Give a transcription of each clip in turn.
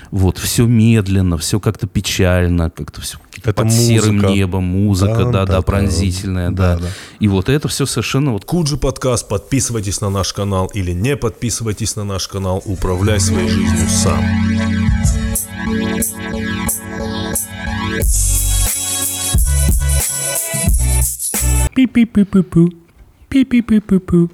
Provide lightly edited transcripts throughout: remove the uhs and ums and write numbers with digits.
Вот, все медленно, все как-то печально, как-то все это под музыка. Серым небом, музыка, да, пронзительная, да. И вот это все совершенно вот... Куджи подкаст, подписывайтесь на наш канал или не подписывайтесь на наш канал, управляй своей жизнью сам. Пи-пи-пи-пи-пу, пи-пи-пи-пи-пу.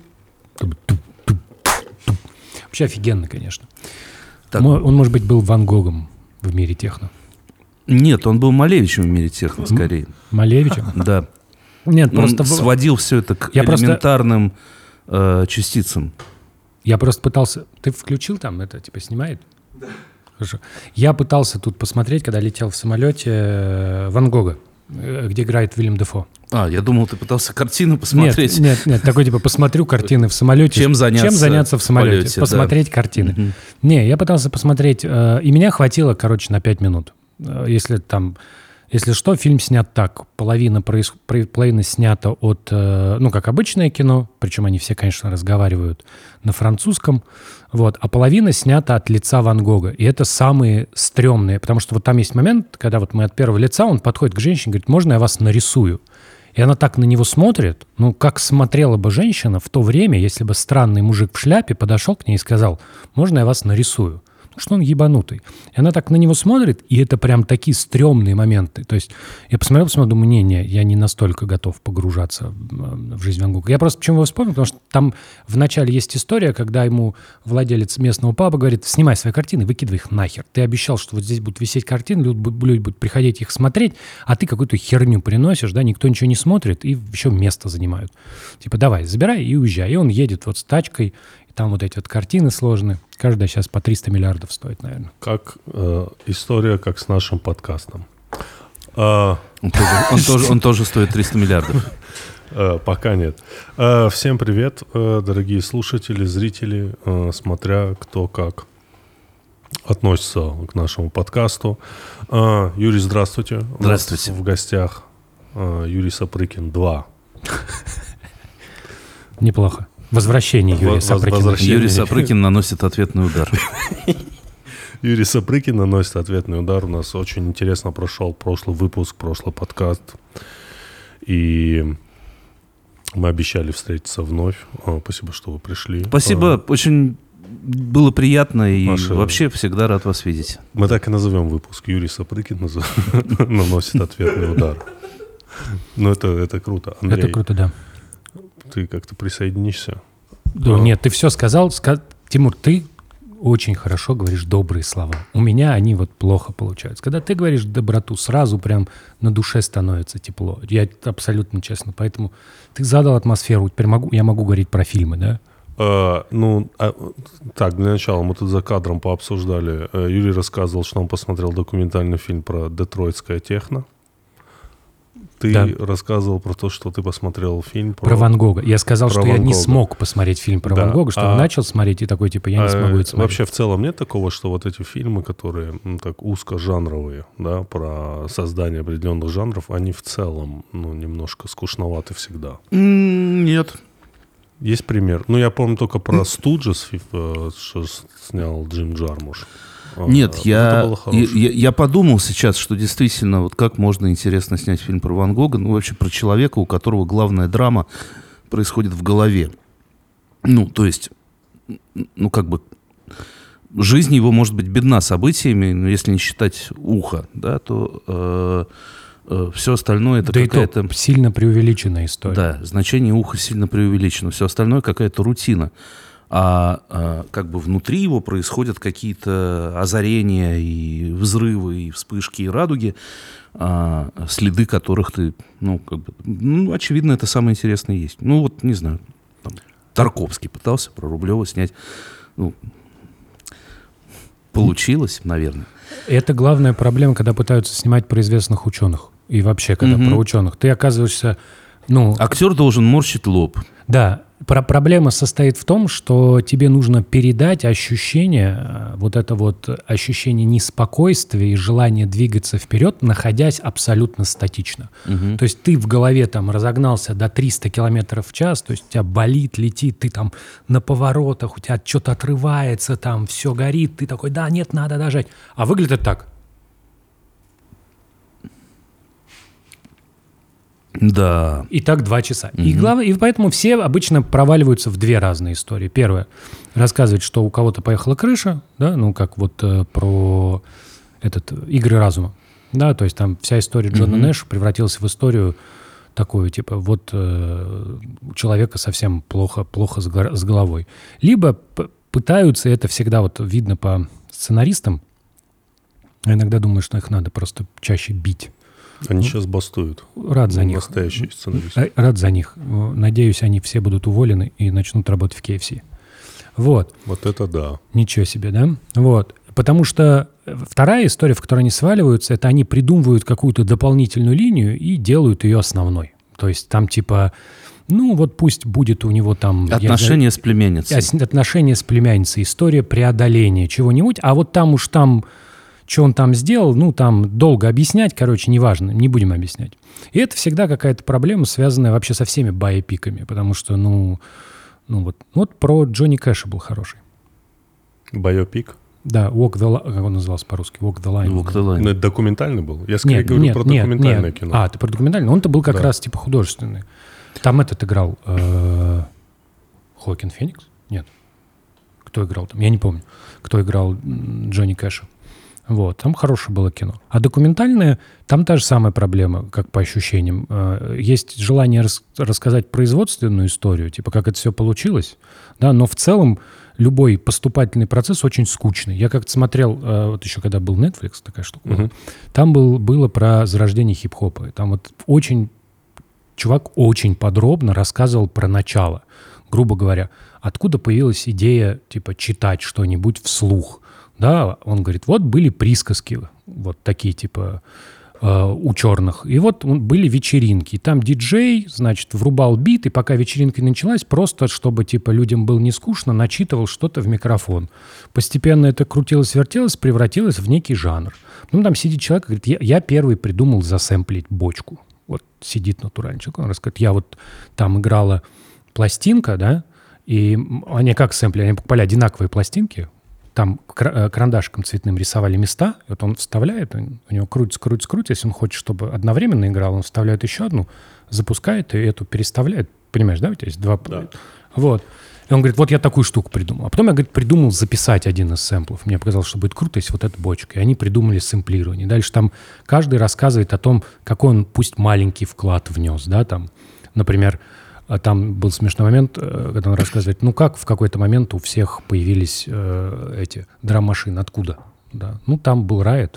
Вообще офигенно, конечно. Так. Он, может быть, был Ван Гогом в мире техно. Нет, он был Малевичем в мире техно, скорее. Малевичем? Да. Нет, Он просто... сводил все это к элементарным частицам. Я просто пытался... Ты включил там это, типа, снимает? Да. Хорошо. Я пытался тут посмотреть, когда летел в самолете, Ван Гога, где играет Вильям Дефо. Я думал, ты пытался картину посмотреть. Нет, такой типа посмотрю картины в самолете. Чем заняться в самолете? полете, посмотреть картины. Угу. Не, я пытался посмотреть, и меня хватило, на 5 минут. Если что, фильм снят так. Половина снята от, как обычное кино, причем они все, конечно, разговаривают на французском, вот, а половина снята от лица Ван Гога. И это самые стрёмные, потому что вот там есть момент, когда вот мы от первого лица, он подходит к женщине и говорит, можно я вас нарисую? И она так на него смотрит, как смотрела бы женщина в то время, если бы странный мужик в шляпе подошел к ней и сказал, можно я вас нарисую? Что он ебанутый. И она так на него смотрит, и это прям такие стрёмные моменты. То есть я посмотрел, думаю, не, я не настолько готов погружаться в жизнь Ван Гога. Я просто почему его вспомнил, потому что там в начале есть история, когда ему владелец местного паба говорит, снимай свои картины, выкидывай их нахер. Ты обещал, что вот здесь будут висеть картины, люди будут приходить их смотреть, а ты какую-то херню приносишь, да, никто ничего не смотрит, и еще место занимают. Типа, давай, забирай и уезжай. И он едет вот с тачкой, там вот эти вот картины сложные. Каждая сейчас по 300 миллиардов стоит, наверное. Как история, как с нашим подкастом. Он тоже стоит 300 миллиардов. Пока нет. Всем привет, дорогие слушатели, зрители, смотря кто как относится к нашему подкасту. Юрий, здравствуйте. Здравствуйте. У нас в гостях Юрий Сапрыкин 2. Неплохо. Возвращение Юрия Сапрыкина. Юрий Сапрыкин наносит ответный удар. Юрий Сапрыкин наносит ответный удар. У нас очень интересно прошел прошлый выпуск, прошлый подкаст. И мы обещали встретиться вновь. Спасибо, что вы пришли. Спасибо, очень было приятно и вообще всегда рад вас видеть. Мы так и назовем выпуск. Юрий Сапрыкин наносит ответный удар. Ну, это круто. Андрей, это круто, да. Ты как-то присоединишься? Да, нет, ты все сказал. Тимур, ты очень хорошо говоришь добрые слова. У меня они вот плохо получаются. Когда ты говоришь доброту, сразу прям на душе становится тепло. Я абсолютно честно. Поэтому ты задал атмосферу. Теперь я могу говорить про фильмы, да? Так, для начала мы тут за кадром пообсуждали. Юрий рассказывал, что он посмотрел документальный фильм про детройтское техно. Ты рассказывал про то, что ты посмотрел фильм про Ван Гога. Я сказал, что я не смог посмотреть фильм про Ван Гога, что он начал смотреть и такой, типа, я не смогу это смотреть. Вообще в целом нет такого, что вот эти фильмы, которые так узкожанровые, да, про создание определенных жанров, они в целом, немножко скучноваты всегда? Нет. Есть пример. Я помню только про Студжес, что снял Джим Джармуш. Нет, я подумал сейчас, что действительно, вот как можно интересно снять фильм про Ван Гога, вообще про человека, у которого главная драма происходит в голове. То есть, жизнь его может быть бедна событиями, но если не считать ухо, да, то все остальное это какая-то... Да, сильно преувеличенная история. Да, значение уха сильно преувеличено, все остальное какая-то рутина. А внутри его происходят какие-то озарения и взрывы, и вспышки, и радуги, следы которых ты, очевидно, это самое интересное есть. Не знаю, Тарковский пытался про Рублева снять, получилось, наверное. Это главная проблема, когда пытаются снимать про известных ученых, и вообще, когда про ученых. Ты оказываешься, Актер должен морщить лоб. Да, Проблема состоит в том, что тебе нужно передать ощущение, вот это вот ощущение неспокойствия и желание двигаться вперед, находясь абсолютно статично. То есть ты в голове там разогнался до 300 километров в час, то есть у тебя болит, летит, ты там на поворотах, у тебя что-то отрывается, там все горит, ты такой, да, нет, надо дожать. А выглядит так. Да. И так 2 часа. И поэтому все обычно проваливаются в 2 разные истории. Первое. Рассказывать, что у кого-то поехала крыша, да, ну, как вот про «Игры разума». Да, то есть там вся история Джона Нэша превратилась в историю такую, типа, вот у человека совсем плохо с головой. Либо пытаются, это всегда вот видно по сценаристам, я иногда думаю, что их надо просто чаще бить. Они сейчас бастуют. Рад за них. Настоящие сценаристы. Рад за них. Надеюсь, они все будут уволены и начнут работать в KFC. Вот. Вот это да. Ничего себе, да? Вот. Потому что вторая история, в которой они сваливаются, это они придумывают какую-то дополнительную линию и делают ее основной. То есть там типа, ну вот пусть будет у него там... Отношения с племянницей. Отношения с племянницей, история преодоления чего-нибудь, а вот там уж там... Что он там сделал, ну, там долго объяснять, короче, неважно, не будем объяснять. И это всегда какая-то проблема, связанная вообще со всеми байопиками, потому что, ну вот про Джонни Кэша был хороший. Байопик? Да, Walk the Line, как он назывался по-русски? Walk the Line. Walk the Line. Ну, это документальный был? Я скорее говорю про документальное кино. А, ты про документальный? Он-то был как раз типа художественный. Там этот играл Хоакин Феникс? Нет. Кто играл там? Я не помню. Кто играл Джонни Кэша. Вот, там хорошее было кино. А документальное, там та же самая проблема, как по ощущениям. Есть желание рассказать производственную историю, типа как это все получилось, да, но в целом любой поступательный процесс очень скучный. Я как-то смотрел, вот еще когда был Netflix, такая штука, там было про зарождение хип-хопа. Там вот чувак очень подробно рассказывал про начало. Грубо говоря, откуда появилась идея, типа, читать что-нибудь вслух. Да, он говорит, вот были присказки, вот такие типа у черных, и вот были вечеринки, и там диджей, значит, врубал бит, и пока вечеринка началась, просто чтобы типа людям было не скучно, начитывал что-то в микрофон. Постепенно это крутилось-вертелось, превратилось в некий жанр. Ну, там сидит человек, говорит, я первый придумал засэмплить бочку. Вот сидит натуральный человек, он рассказывает, я вот там играла пластинка, да, и они как сэмпли, они покупали одинаковые пластинки, там карандашиком цветным рисовали места, и вот он вставляет, у него крутится. Если он хочет, чтобы одновременно играл, он вставляет еще одну, запускает и эту переставляет. Понимаешь, да? У тебя есть 2... Да. Вот. И он говорит, вот я такую штуку придумал. А потом я, говорит, придумал записать один из сэмплов. Мне показалось, что будет круто, если вот эта бочка. И они придумали сэмплирование. Дальше там каждый рассказывает о том, какой он, пусть маленький вклад внес, да, там, например... Там был смешной момент, когда он рассказывает, ну как в какой-то момент у всех появились эти драм-машины, откуда? Да. Ну там был райот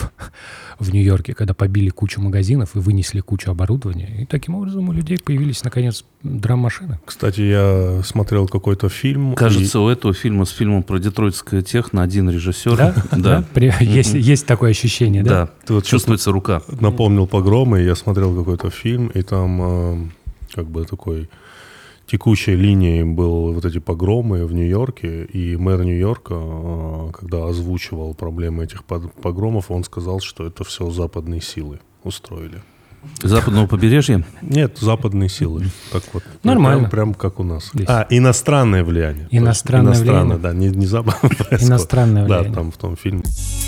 в Нью-Йорке, когда побили кучу магазинов и вынесли кучу оборудования. И таким образом у людей появились, наконец, драм-машины. Кстати, я смотрел какой-то фильм. Кажется, у этого фильма с фильмом про детройтское техно один режиссер. Да? Да. Есть такое ощущение, да? Да, вот чувствуется рука. Напомнил погромы, я смотрел какой-то фильм, и там... как бы такой текущей линией был вот эти погромы в Нью-Йорке, и мэр Нью-Йорка, когда озвучивал проблемы этих погромов, он сказал, что это все западные силы устроили. Западного побережья? Нет, западные силы. Так вот. Нормально. Прям как у нас. Здесь. Иностранное влияние. Иностранное влияние. Да, не западное. Иностранное влияние. Да, там в том фильме.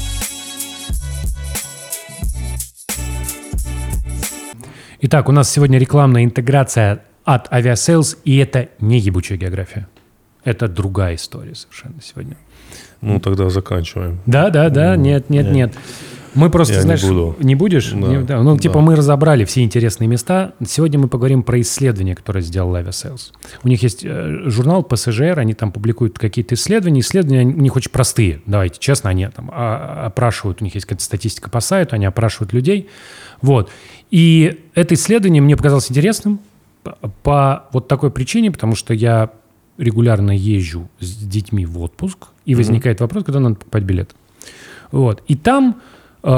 Итак, у нас сегодня рекламная интеграция от Aviasales, и это не ебучая география. Это другая история совершенно сегодня. Ну, тогда заканчиваем. Да, нет. Мы просто, я знаешь, не буду. Не будешь? Да. Ну, типа, мы разобрали все интересные места. Сегодня мы поговорим про исследование, которое сделал Aviasales. У них есть журнал «Пассажир», они там публикуют какие-то исследования. Исследования у них очень простые, давайте честно, они там опрашивают, у них есть какая-то статистика по сайту, они опрашивают людей. Вот. И это исследование мне показалось интересным по вот такой причине, потому что я регулярно езжу с детьми в отпуск, и возникает вопрос, когда надо покупать билет. Вот. И там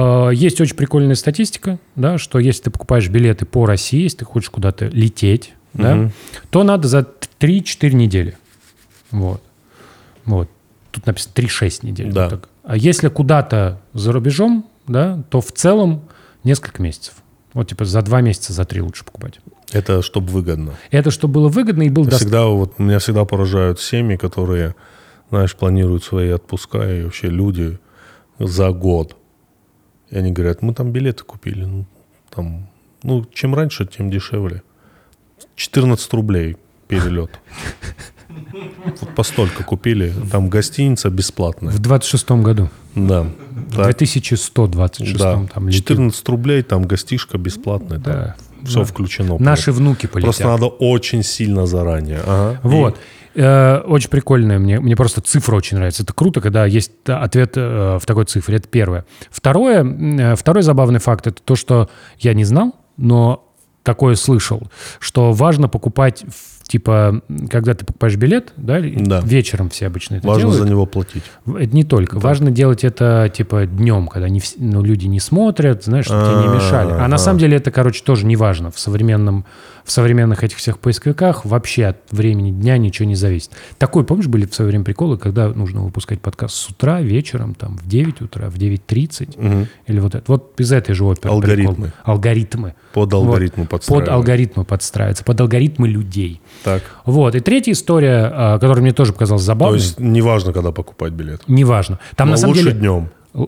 есть очень прикольная статистика, да, что если ты покупаешь билеты по России, если ты хочешь куда-то лететь, да, то надо за 3-4 недели. Вот. Тут написано 3-6 недель. Да. Вот так. А если куда-то за рубежом, да, то в целом несколько месяцев. Вот типа за 2 месяца, за 3 лучше покупать. Это чтобы выгодно. Это чтобы было выгодно и был Меня всегда поражают семьи, которые, знаешь, планируют свои отпуска, и вообще люди за год. И они говорят, мы там билеты купили. Чем раньше, тем дешевле. 14 рублей перелет. Вот постолько купили. Там гостиница бесплатная. В 26-м году. Да. В 2126 Да. там летит. 14 рублей, там гостишка бесплатная. Да. Все включено. Наши внуки полетят. Просто надо очень сильно заранее. Ага. Вот. Очень прикольная. Мне просто цифра очень нравится. Это круто, когда есть ответ в такой цифре. Это первое. Второй забавный факт — это то, что я не знал, но такое слышал, что важно покупать, типа, когда ты покупаешь билет, да, вечером все обычно это важно делают. За него платить. Это не только. Да. Важно делать это, типа, днем, когда люди не смотрят, знаешь, чтобы тебе не мешали. А на самом деле это, тоже не важно. В современных этих всех поисковиках вообще от времени дня ничего не зависит. Такой, помнишь, были в свое время приколы, когда нужно выпускать подкаст с утра, вечером, там, в 9 утра, в 9:30, или вот это. Вот из этой же оперы. Алгоритмы. Под алгоритмы подстраиваются. Под алгоритмы подстраиваются, под алгоритмы людей. Так. Вот. И третья история, которая мне тоже показалась забавной. То есть неважно, когда покупать билет? Неважно. Там, на самом лучше деле, днем.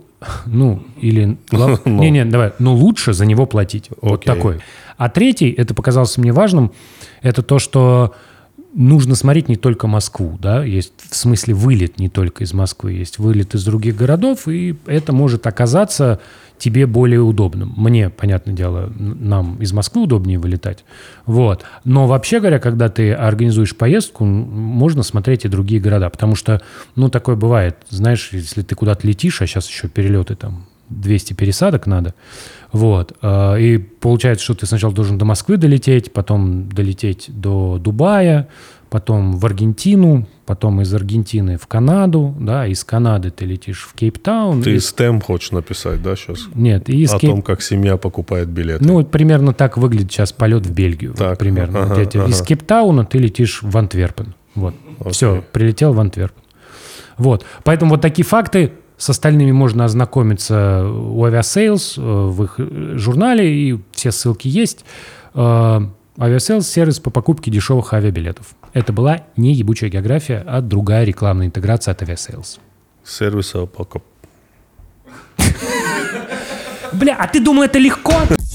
давай. Лучше за него платить. Вот такой. А третий, это показалось мне важным, это то, что нужно смотреть не только Москву, да, есть в смысле вылет не только из Москвы, есть вылет из других городов, и это может оказаться тебе более удобным. Мне, понятное дело, нам из Москвы удобнее вылетать. Вот. Но вообще говоря, когда ты организуешь поездку, можно смотреть и другие города, потому что, такое бывает, знаешь, если ты куда-то летишь, а сейчас еще перелеты там 200 пересадок надо, вот, и получается, что ты сначала должен до Москвы долететь, потом долететь до Дубая, потом в Аргентину, потом из Аргентины в Канаду, да, из Канады ты летишь в Кейптаун. Ты стем хочешь написать, да, сейчас? Нет. О том, как семья покупает билеты. Примерно так выглядит сейчас полет в Бельгию. Так, вот, примерно. Из Кейптауна ты летишь в Антверпен. Вот. Все, прилетел в Антверпен. Вот. Поэтому вот такие факты. С остальными можно ознакомиться у Aviasales в их журнале, и все ссылки есть. Aviasales — сервис по покупке дешевых авиабилетов. Это была не ебучая география, а другая рекламная интеграция от Aviasales. Сервиса покупки. Бля, а ты думал, это легко?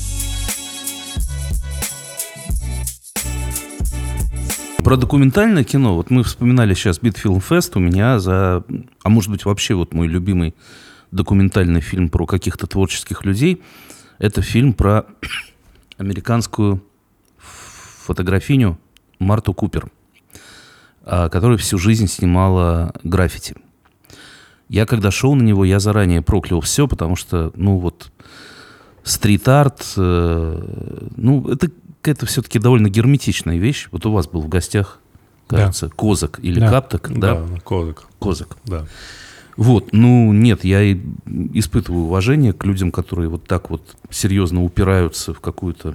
Про документальное кино, вот мы вспоминали сейчас Битфильмфест, у меня а может быть вообще вот мой любимый документальный фильм про каких-то творческих людей, это фильм про американскую фотографиню Марту Купер, которая всю жизнь снимала граффити. Я когда шел на него, я заранее проклял все, потому что, стрит-арт, это какая-то все-таки довольно герметичная вещь. Вот у вас был в гостях, кажется, да. Козак или Каптак, да? Да, Козак. Да. Вот, нет, я испытываю уважение к людям, которые вот так вот серьезно упираются в какую-то,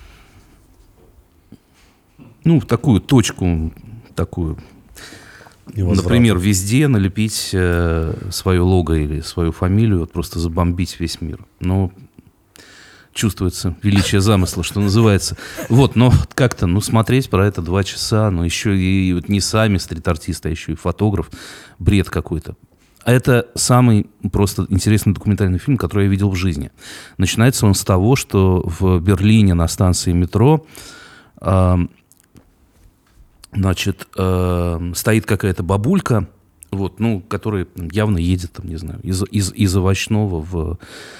в такую точку, такую, например, везде налепить свое лого или свою фамилию, вот просто забомбить весь мир. Но чувствуется величие замысла, что называется. Вот, но как-то, смотреть про это 2 часа, еще и вот не сами стрит-артисты, а еще и фотограф, бред какой-то. А это самый просто интересный документальный фильм, который я видел в жизни. Начинается он с того, что в Берлине на станции метро стоит какая-то бабулька, которая явно едет, там, не знаю, из овощного в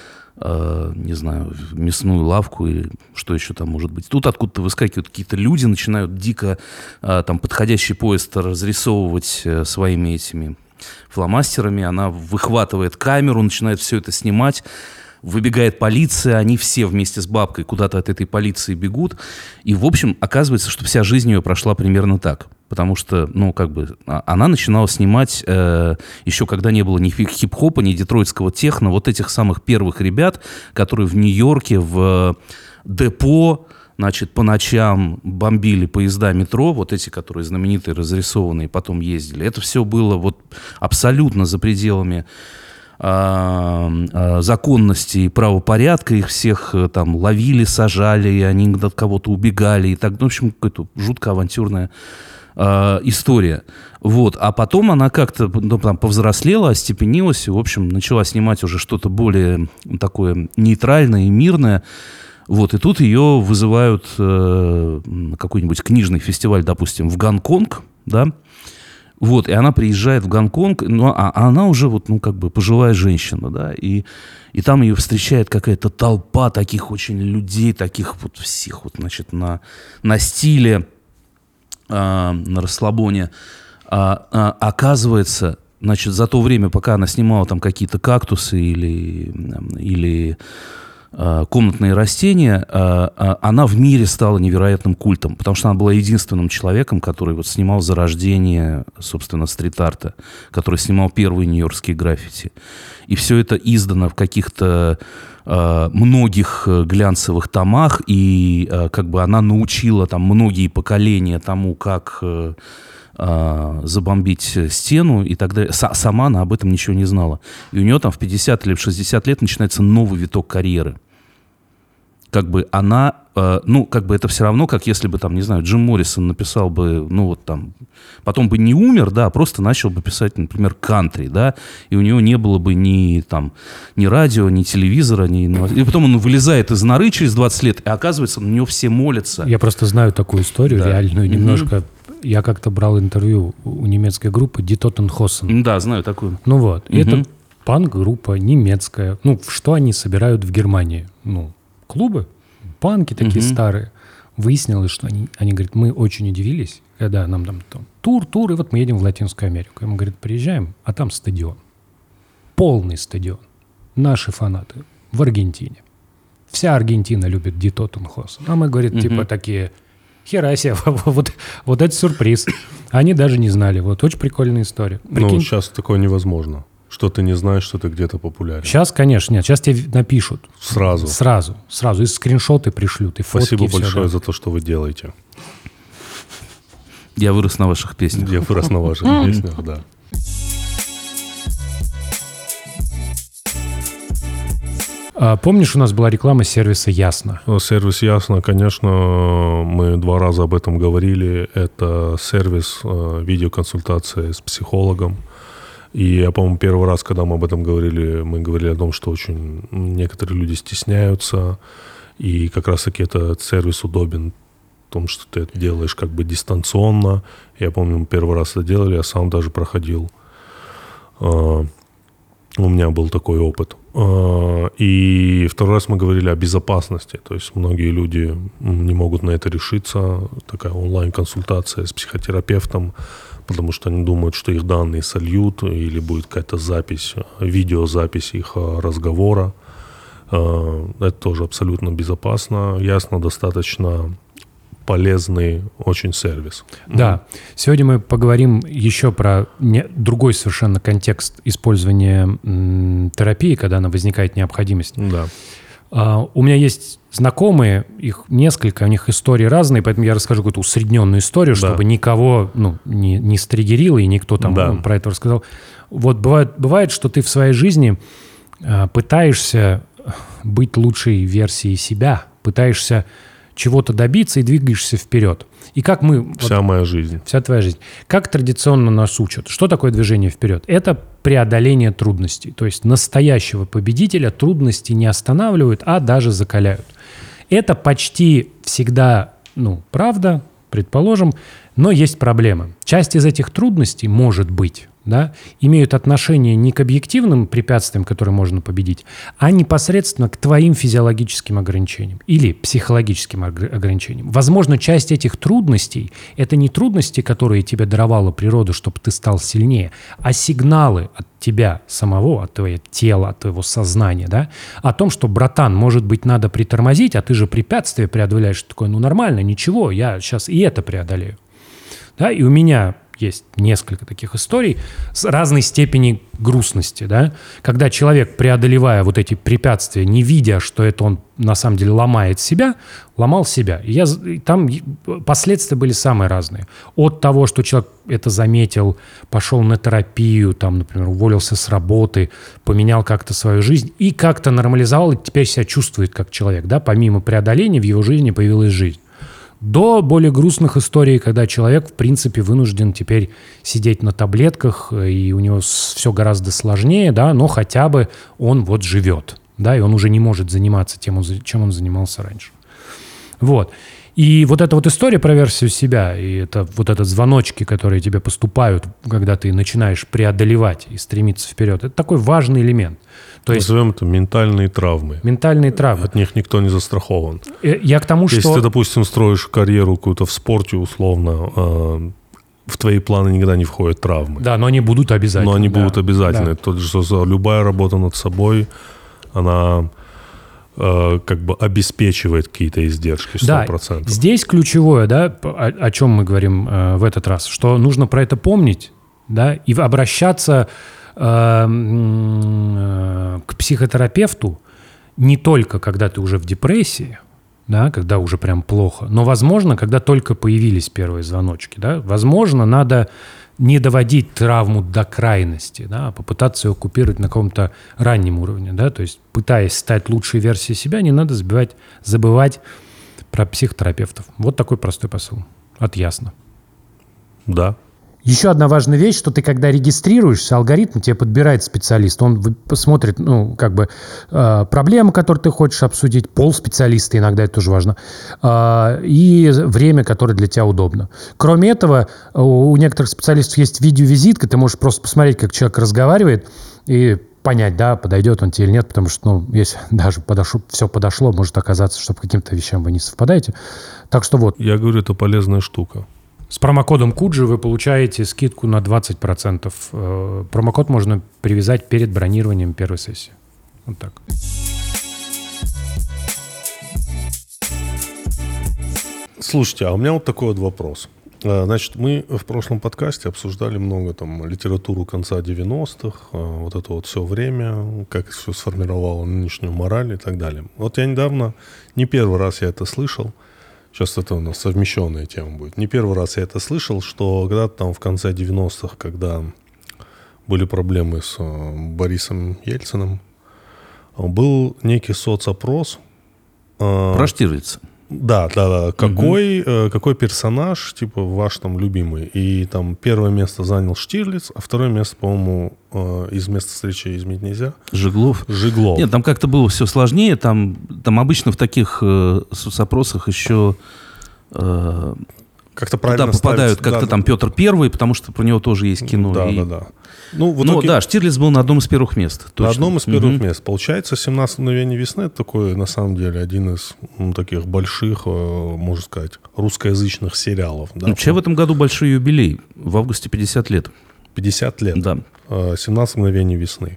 мясную лавку или что еще там может быть. Тут откуда-то выскакивают какие-то люди, начинают дико там подходящий поезд разрисовывать своими этими фломастерами. Она выхватывает камеру, начинает все это снимать. Выбегает полиция, они все вместе с бабкой куда-то от этой полиции бегут. И, в общем, оказывается, что вся жизнь ее прошла примерно так. Потому что, она начинала снимать еще когда не было ни хип-хопа, ни детройтского техно, вот этих самых первых ребят, которые в Нью-Йорке, в депо, значит, по ночам бомбили поезда метро, вот эти, которые знаменитые, разрисованные, потом ездили. Это все было вот абсолютно за пределами законности и правопорядка. Их всех там ловили, сажали, они от кого-то убегали. И так, ну, в общем, какая-то жутко авантюрная история. Вот. А потом она как-то там повзрослела, остепенилась и, в общем, начала снимать уже что-то более такое нейтральное и мирное. Вот. И тут ее вызывают на какой-нибудь книжный фестиваль, допустим, в Гонконг, да. Вот. И она приезжает в Гонконг, ну, а она уже вот, ну, как бы пожилая женщина, да, и там ее встречает какая-то толпа таких очень людей, таких вот всех вот, значит, на стиле, на расслабоне. Оказывается, значит, за то время, пока она снимала там какие-то кактусы или комнатные растения, она в мире стала невероятным культом, потому что она была единственным человеком, который вот снимал зарождение, собственно, стрит-арта, который снимал первые нью-йоркские граффити. И все это издано в каких-то многих глянцевых томах, и как бы она научила там многие поколения тому, как забомбить стену и так далее. Сама она об этом ничего не знала. И у нее там в 50 или в 60 лет начинается новый виток карьеры. Как бы она, ну, как бы это все равно, как если бы там, не знаю, Джим Моррисон написал бы, ну, вот там, потом бы не умер, да, а просто начал бы писать, например, кантри, да, и у него не было бы ни радио, ни телевизора, и потом он вылезает из норы через 20 лет, и оказывается, на него все молятся. Я просто знаю такую историю, да, реальную, немножко. Я как-то брал интервью у немецкой группы Die Toten Hosen. Да, знаю такую. Ну вот, это панк-группа немецкая. Ну, что они собирают в Германии? Ну, клубы, панки такие старые. Выяснилось, что они говорят, мы очень удивились, когда нам там тур, и вот мы едем в Латинскую Америку. И мы, говорит, приезжаем, а там стадион. Полный стадион. Наши фанаты в Аргентине. Вся Аргентина любит Die Toten Hosen. А мы, говорит, типа такие... Хера себе, вот это сюрприз. Они даже не знали. Вот очень прикольная история. Прикинь? Ну, сейчас такое невозможно. Что ты не знаешь, что ты где-то популярен. Сейчас, конечно, нет. Сейчас тебе напишут. Сразу. И скриншоты пришлют, и фотки. Спасибо и все, большое да. за то, что вы делаете. Я вырос на ваших песнях. Я вырос на ваших песнях, да. Помнишь, у нас была реклама сервиса «Ясно»? Сервис «Ясно», конечно, мы 2 раза об этом говорили. Это сервис видеоконсультации с психологом. И я, по-моему, первый раз, когда мы об этом говорили, мы говорили о том, что очень некоторые люди стесняются. И как раз-таки этот сервис удобен в том, что ты это делаешь как бы дистанционно. Я помню, мы первый раз это делали, я сам даже проходил. У меня был такой опыт. И второй раз мы говорили о безопасности. То есть многие люди не могут на это решиться. Такая онлайн-консультация с психотерапевтом, потому что они думают, что их данные сольют или будет какая-то запись, видеозапись их разговора. Это тоже абсолютно безопасно. Ясно, достаточно полезный очень сервис. Да. Сегодня мы поговорим еще про другой совершенно контекст использования терапии, когда она возникает необходимость. Да. У меня есть знакомые, их несколько, у них истории разные, поэтому я расскажу какую-то усредненную историю, чтобы никого не стригерило и никто там про это рассказал. Вот бывает, что ты в своей жизни пытаешься быть лучшей версией себя, пытаешься чего-то добиться и двигаешься вперед. И как мы... Вся моя жизнь. Вся твоя жизнь. Как традиционно нас учат? Что такое движение вперед? Это преодоление трудностей. То есть настоящего победителя трудности не останавливают, а даже закаляют. Это почти всегда, правда, предположим, но есть проблемы. Часть из этих трудностей, может быть, имеют отношение не к объективным препятствиям, которые можно победить, а непосредственно к твоим физиологическим ограничениям или психологическим ограничениям. Возможно, часть этих трудностей – это не трудности, которые тебе даровала природа, чтобы ты стал сильнее, а сигналы от тебя самого, от твоего тела, от твоего сознания, о том, что, братан, может быть, надо притормозить, а ты же препятствие преодоляешь. Ты такой, нормально, ничего, я сейчас и это преодолею. И у меня есть несколько таких историй с разной степени грустности, да, когда человек, преодолевая вот эти препятствия, не видя, что это он на самом деле ломает себя, ломал себя. И там последствия были самые разные. От того, что человек это заметил, пошел на терапию, там, например, уволился с работы, поменял как-то свою жизнь и как-то нормализовал, и теперь себя чувствует как человек, да, помимо преодоления в его жизни появилась жизнь. До более грустных историй, когда человек, в принципе, вынужден теперь сидеть на таблетках, и у него все гораздо сложнее, да, но хотя бы он вот живет, да, и он уже не может заниматься тем, чем он занимался раньше. Вот. И вот эта вот история про версию себя, и это вот это звоночки, которые тебе поступают, когда ты начинаешь преодолевать и стремиться вперед, это такой важный элемент. То есть, назовем это ментальные травмы. Ментальные травмы. От них никто не застрахован. Я к тому, что... Если ты, допустим, строишь карьеру какую-то в спорте, условно, в твои планы никогда не входят травмы. Да, но они будут обязательно. Но они будут обязательно. Да. Тот же, любая работа над собой, она как бы обеспечивает какие-то издержки 100%. Да, здесь ключевое, да, о чем мы говорим в этот раз, что нужно про это помнить, да, и обращаться к психотерапевту не только когда ты уже в депрессии, да, когда уже прям плохо, но, возможно, когда только появились первые звоночки. Да, возможно, надо не доводить травму до крайности, да, а попытаться ее купировать на каком-то раннем уровне. Да, то есть, пытаясь стать лучшей версией себя, не надо забывать про психотерапевтов. Вот такой простой посыл. От Ясно. Да. Еще одна важная вещь, что ты, когда регистрируешься, алгоритм тебе подбирает специалист. Он посмотрит, проблемы, которые ты хочешь обсудить, пол специалиста, иногда это тоже важно, и время, которое для тебя удобно. Кроме этого, у некоторых специалистов есть видеовизитка, ты можешь просто посмотреть, как человек разговаривает, и понять, да, подойдет он тебе или нет, потому что, если даже все подошло, может оказаться, что по каким-то вещам вы не совпадаете. Так что вот. Я говорю, это полезная штука. С промокодом Куджи вы получаете скидку на 20%. Промокод можно привязать перед бронированием первой сессии. Вот так. Слушайте, а у меня вот такой вот вопрос. Значит, мы в прошлом подкасте обсуждали много там литературу конца 90-х, вот это вот все время, как все сформировало нынешнюю мораль и так далее. Вот я недавно, не первый раз я это слышал, сейчас это у нас совмещенная тема будет. Не первый раз я это слышал, что когда-то там в конце 90-х, когда были проблемы с Борисом Ельциным, был некий соцопрос. Про Штирлица. Да. Какой персонаж, типа, ваш там любимый? И там первое место занял Штирлиц, а второе место, по-моему, из места встречи изменить нельзя. Жиглов. Нет, там как-то было все сложнее. Там обычно в таких соцопросах еще как-то правильно туда попадают ставить, как-то там Петр Первый, потому что про него тоже есть кино. Да. Ну, да, Штирлиц был на одном из первых мест. Точно. На одном из первых мест. Получается, «17 мгновений весны» — это такой, на самом деле, один из таких больших, можно сказать, русскоязычных сериалов. Да? Вообще в этом году большой юбилей. В августе 50 лет. 50 лет? Да. «17 мгновений весны».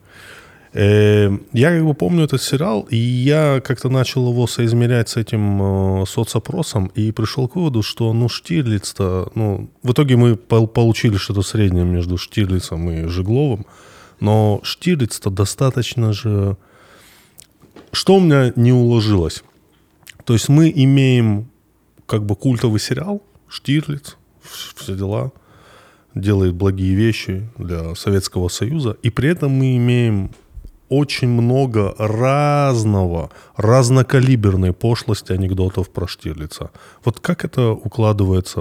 Я как бы помню этот сериал, и я как-то начал его соизмерять с этим соцопросом и пришел к выводу, что, Штирлиц-то... в итоге мы получили что-то среднее между Штирлицем и Жигловым, но Штирлиц-то достаточно же... Что у меня не уложилось? То есть мы имеем как бы культовый сериал, Штирлиц, все дела, делает благие вещи для Советского Союза, и при этом мы имеем очень много разнокалиберной пошлости анекдотов про Штирлица. Вот как это укладывается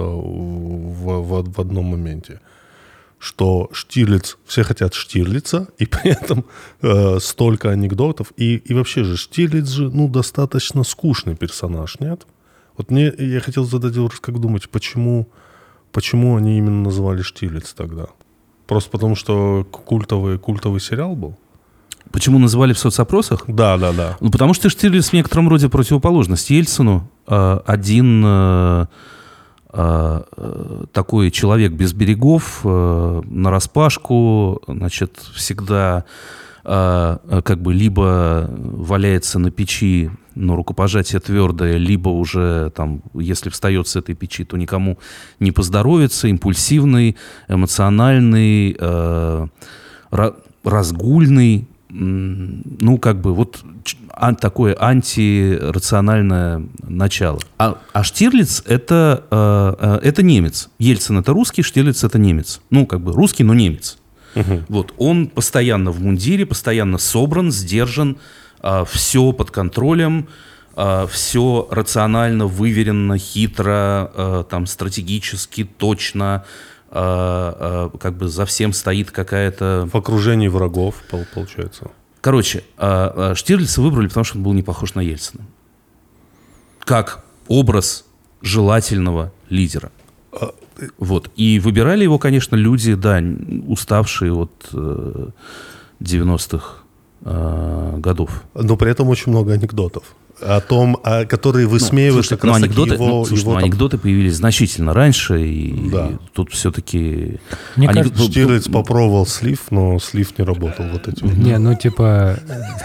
в одном моменте? Что Штирлиц, все хотят Штирлица, и при этом столько анекдотов. И вообще же Штирлиц же, достаточно скучный персонаж, нет? Вот я хотел задать вопрос, как думаете, почему они именно называли Штирлиц тогда? Просто потому, что культовый сериал был? Почему называли в соцопросах? Да. Потому что Штирлиц в некотором роде противоположность Ельцину. Один такой человек без берегов, нараспашку, значит, всегда как бы либо валяется на печи но рукопожатие твердое, либо уже, там, если встает с этой печи, то никому не поздоровится, импульсивный, эмоциональный, разгульный, ну, как бы вот такое антирациональное начало. А Штирлиц это немец. Ельцин это русский, Штирлиц это немец. Ну, как бы русский, но немец. Вот, он постоянно в мундире, постоянно собран, сдержан, все под контролем, все рационально, выверенно, хитро, там, стратегически, точно, как бы за всем стоит какая-то... В окружении врагов, получается. Короче, Штирлица выбрали, потому что он был не похож на Ельцина. Как образ желательного лидера. Вот. И выбирали его, конечно, люди, да, уставшие от 90-х годов. Но при этом очень много анекдотов. О том, которые высмеивают как раз анекдоты, его... анекдоты появились значительно раньше, и тут все-таки... Мне кажется, Штирлиц попробовал слив, но слив не работал. Вот эти Не, ну типа...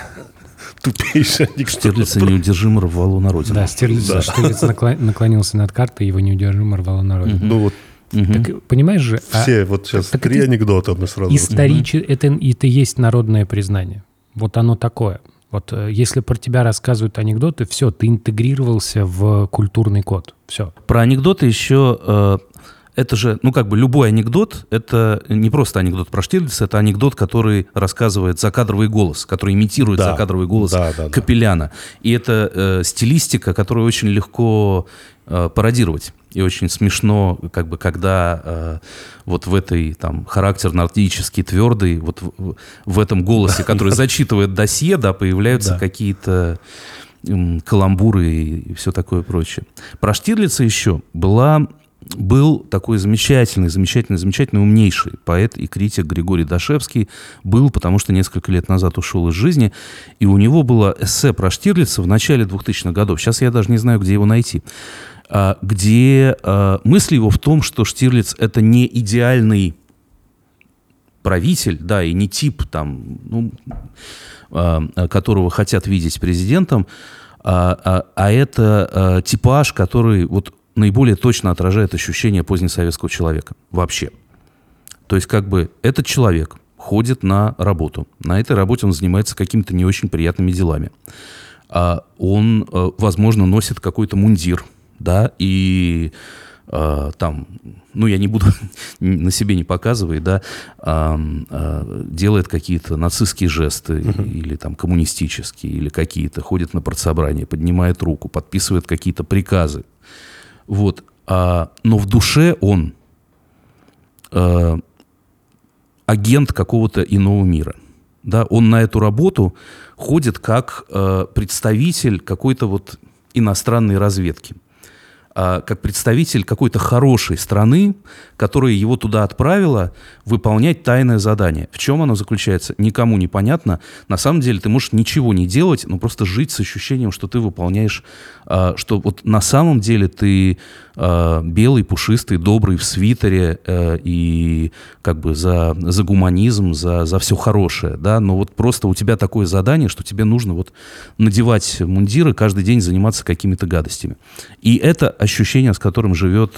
Тупейший анекдот. Штирлица неудержимо рвало на родину. Да, Штирлиц наклонился над картой, его неудержимо рвало на родину. Ну вот Так, понимаешь же... все, вот сейчас так 3 анекдота мы сразу... Это и есть народное признание. Вот оно такое. Вот если про тебя рассказывают анекдоты, все, ты интегрировался в культурный код. Все. Про анекдоты еще... Это же, ну, как бы любой анекдот, это не просто анекдот про Штирлица, это анекдот, который рассказывает закадровый голос, который имитирует закадровый голос Капеляна. И это стилистика, которую очень легко пародировать. И очень смешно, как бы, когда вот в этой, там, характер нордический, твердый, вот в этом голосе, который зачитывает досье, да, появляются какие-то каламбуры и все такое прочее. Про Штирлица еще был такой замечательный, умнейший поэт и критик Григорий Дашевский. Был, потому что несколько лет назад ушел из жизни. И у него было эссе про Штирлица в начале 2000-х годов. Сейчас я даже не знаю, где его найти. Где мысль его в том, что Штирлиц — это не идеальный правитель, да, и не тип, там, ну, которого хотят видеть президентом, а это типаж, который вот наиболее точно отражает ощущение позднесоветского человека вообще. То есть как бы этот человек ходит на работу. На этой работе он занимается какими-то не очень приятными делами. Он, возможно, носит какой-то мундир, да, и там, ну, я не буду, на себе не показывать, да, делает какие-то нацистские жесты или там коммунистические, или какие-то, ходит на партсобрание, поднимает руку, подписывает какие-то приказы. Вот. Но в душе он агент какого-то иного мира. Да? Он на эту работу ходит как представитель какой-то вот иностранной разведки. Как представитель какой-то хорошей страны, которая его туда отправила выполнять тайное задание. В чем оно заключается, никому не понятно. На самом деле ты можешь ничего не делать, но просто жить с ощущением, что ты выполняешь, что вот на самом деле ты белый, пушистый, добрый в свитере и как бы за гуманизм, за все хорошее, да, но вот просто у тебя такое задание, что тебе нужно вот надевать мундиры, каждый день заниматься какими-то гадостями. И это ощущение, с которым живет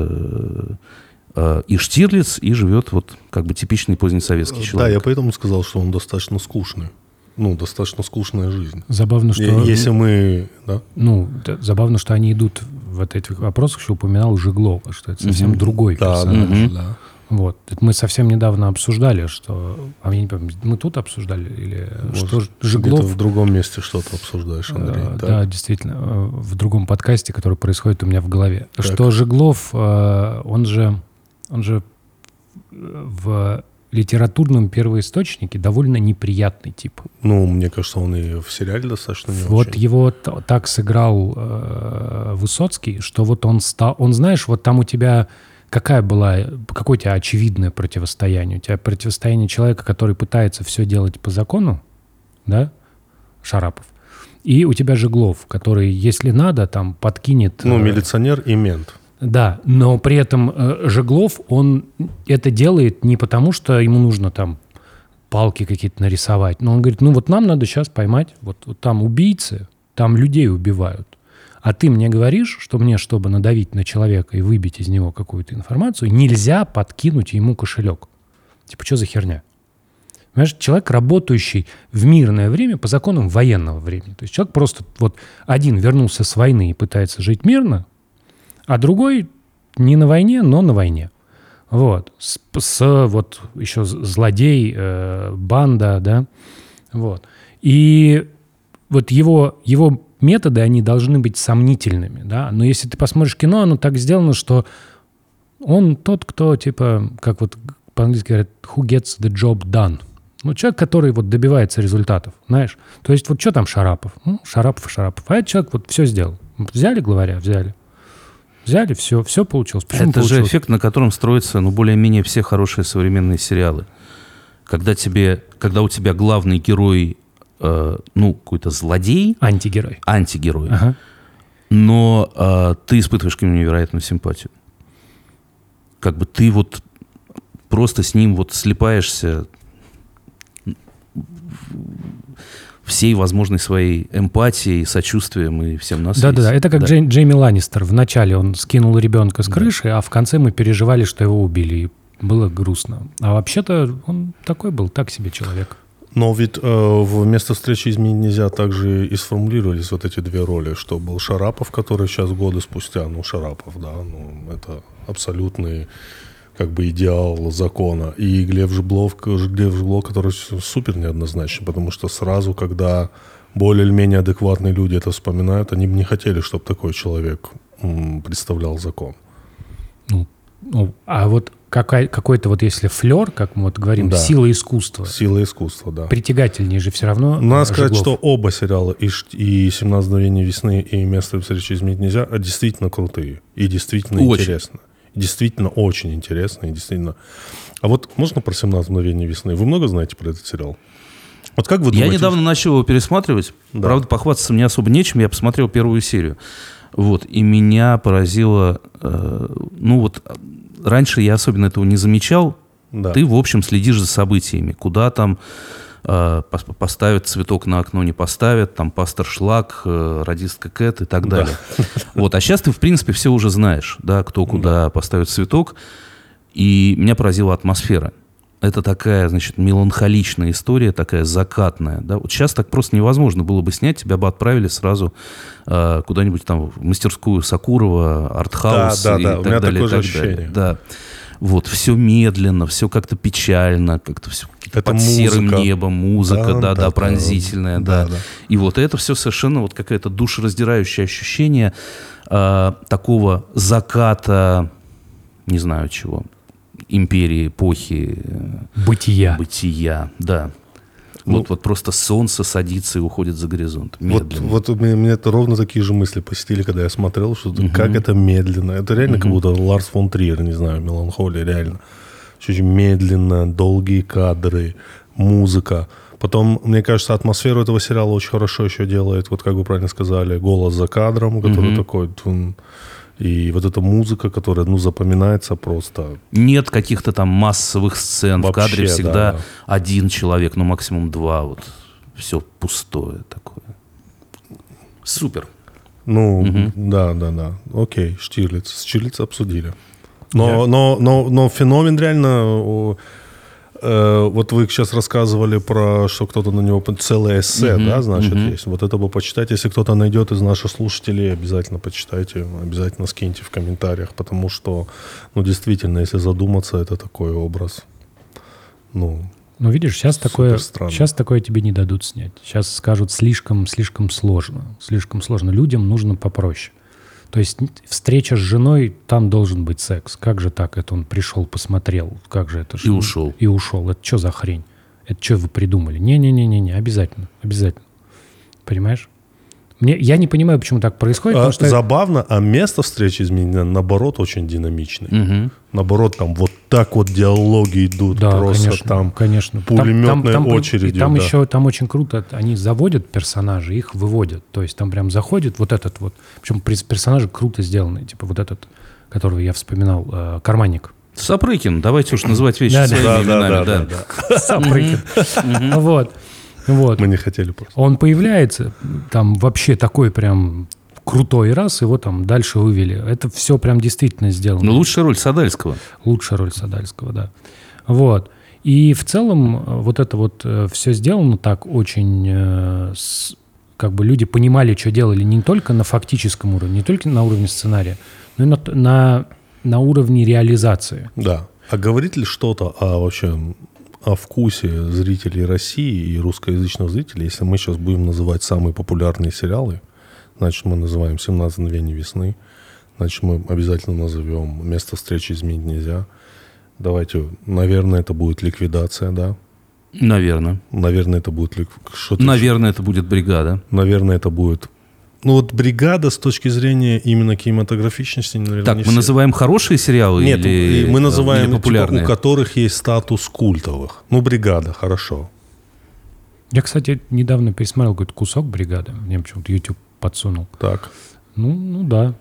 и Штирлиц, и живет вот как бы типичный позднесоветский человек. Да, я поэтому сказал, что он достаточно скучный. Ну, достаточно скучная жизнь. Забавно, что... Если мы... Да? Ну, забавно, что они идут в этих вопросах, что упоминал Жеглова, что это совсем другой персонаж. Да. Вот. Это мы совсем недавно обсуждали, что... А я не помню, мы тут обсуждали? Или что Жеглов... Где-то в другом месте что-то обсуждаешь, Андрей. Да, действительно. В другом подкасте, который происходит у меня в голове. Так. Что Жеглов, он же в литературном первоисточнике довольно неприятный тип. Ну, мне кажется, он и в сериале достаточно не вот очень. Его так сыграл Высоцкий, что вот он знаешь, вот там у тебя какое у тебя очевидное противостояние? У тебя противостояние человека, который пытается все делать по закону, да, Шарапов, и у тебя Жеглов, который, если надо, там подкинет... Ну, милиционер и мент. Да, но при этом Жеглов, он это делает не потому, что ему нужно там палки какие-то нарисовать, но он говорит, ну вот нам надо сейчас поймать, вот там убийцы, там людей убивают. А ты мне говоришь, что мне, чтобы надавить на человека и выбить из него какую-то информацию, нельзя подкинуть ему кошелек. Типа, что за херня? Понимаешь, человек, работающий в мирное время по законам военного времени. То есть человек просто вот один вернулся с войны и пытается жить мирно, а другой не на войне, но на войне. Вот. Вот еще злодей, банда, да. Вот. И вот его методы, они должны быть сомнительными, да. Но если ты посмотришь кино, оно так сделано, что он тот, кто, типа, как вот по-английски говорят, who gets the job done. Ну, человек, который вот добивается результатов, знаешь. То есть вот что там Шарапов? Ну, Шарапов. А этот человек вот все сделал. Взяли главаря? Взяли, все получилось. Почему это получилось? же эффект, на котором строятся, более-менее все хорошие современные сериалы. Когда у тебя главный герой, какой-то злодей. Антигерой. Ага. Но ты испытываешь к нему невероятную симпатию. Как бы ты вот просто с ним вот слипаешься всей возможной своей эмпатией, сочувствием и всем на свете. Да-да-да, это как Джейми Ланнистер. Вначале он скинул ребенка с крыши, а в конце мы переживали, что его убили, и было грустно. А вообще-то он такой был, так себе человек. Но ведь вместо встречи изменить нельзя также и сформулировались вот эти две роли, что был Шарапов, который сейчас годы спустя, Шарапов, да, это абсолютный как бы идеал закона, и Глеб Жеглов, который супер неоднозначный, потому что сразу, когда более или менее адекватные люди это вспоминают, они бы не хотели, чтобы такой человек представлял закон. А вот какой-то вот если флер, как мы вот говорим, да. Сила искусства, да. Притягательнее же все равно. Надо сказать, что оба сериала, и «17 мгновений весны», и «Место встречи изменить нельзя», действительно крутые и действительно интересно. Действительно очень интересно и действительно... А вот можно про «17 мгновений весны»? Вы много знаете про этот сериал? Вот как вы думаете? Я недавно начал его пересматривать. Да. Правда, похвастаться мне особо нечем. Я посмотрел первую серию. Вот. И меня поразило... раньше я особенно этого не замечал. Да. Ты, в общем, следишь за событиями. Куда там поставят цветок на окно, не поставят, там пастор Шлак, радистка Кэт и так далее. Да. Вот. А сейчас ты, в принципе, все уже знаешь, да, кто куда поставит цветок. И меня поразила атмосфера. Это такая, меланхоличная история, такая закатная. Да? Вот сейчас так просто невозможно было бы снять, тебя бы отправили сразу куда-нибудь там в мастерскую Сакурова, артхаус и так далее. У меня такое же ощущение. Да. Вот, все медленно, все как-то печально, как-то все это под серым небом, музыка, пронзительная, да. И вот это все совершенно вот какое-то душераздирающее ощущение такого заката, не знаю чего, империи, эпохи. Бытия, да. Вот просто солнце садится и уходит за горизонт. Медленно. Вот у меня это ровно такие же мысли посетили, когда я смотрел, что как это медленно. Это реально как будто Ларс фон Триер, не знаю, «Меланхолия», реально. Очень медленно, долгие кадры, музыка. Потом, мне кажется, атмосферу этого сериала очень хорошо еще делает, вот как вы правильно сказали, голос за кадром, который такой... И вот эта музыка, которая, запоминается просто. Нет каких-то там массовых сцен. Вообще, в кадре всегда один человек, максимум два. Вот все пустое такое. Супер. Да. Окей, Штирлиц обсудили. Но феномен реально... Вот вы сейчас рассказывали про, что кто-то на него целое эссе, есть. Вот это бы почитать. Если кто-то найдет из наших слушателей, обязательно почитайте, обязательно скиньте в комментариях, потому что, действительно, если задуматься, это такой образ. Видишь, сейчас такое тебе не дадут снять. Сейчас скажут слишком сложно. Слишком сложно. Людям нужно попроще. То есть встреча с женой, там должен быть секс. Как же так? Это он пришел, посмотрел. Как же это? И ушел. И ушел. Это что за хрень? Это что вы придумали? Не, обязательно. Понимаешь? Я не понимаю, почему так происходит. Потому что забавно, а место встречи изменено, наоборот, очень динамичное. Наоборот, там вот так вот диалоги идут, просто конечно. Пулеметной очередью. И там еще там очень круто, они заводят персонажей, их выводят. То есть там прям заходит вот этот вот, причем персонажи круто сделаны, типа вот этот, которого я вспоминал, Карманник. Сапрыкин, давайте уж называть вещи своими именами. Да. Сапрыкин. Вот. Вот. Мы не хотели просто. Он появляется, там вообще такой прям крутой раз, его там дальше вывели. Это все прям действительно сделано. Ну, лучшая роль Садальского. Лучшая роль Садальского, да. Вот. И в целом вот это вот все сделано так очень... как бы люди понимали, что делали не только на фактическом уровне, не только на уровне сценария, но и на уровне реализации. Да. А говорит ли что-то вообще о вкусе зрителей России и русскоязычных зрителей, если мы сейчас будем называть самые популярные сериалы? Значит, мы называем «17 мгновений весны», значит, мы обязательно назовем «Место встречи изменить нельзя». Давайте, наверное, это будет «Ликвидация», да? Наверное. Наверное, это будет что-то. Наверное, это будет «Бригада». Наверное, это будет... Ну вот «Бригада» с точки зрения именно кинематографичности, наверное, Так, не мы все. называем хорошие сериалы Нет, или мы называем или популярные? типа, у которых есть статус культовых. Ну, «Бригада», хорошо. Я, кстати, недавно пересмотрел какой-то кусок «Бригады». Мне почему-то YouTube подсунул. Так. Ну да.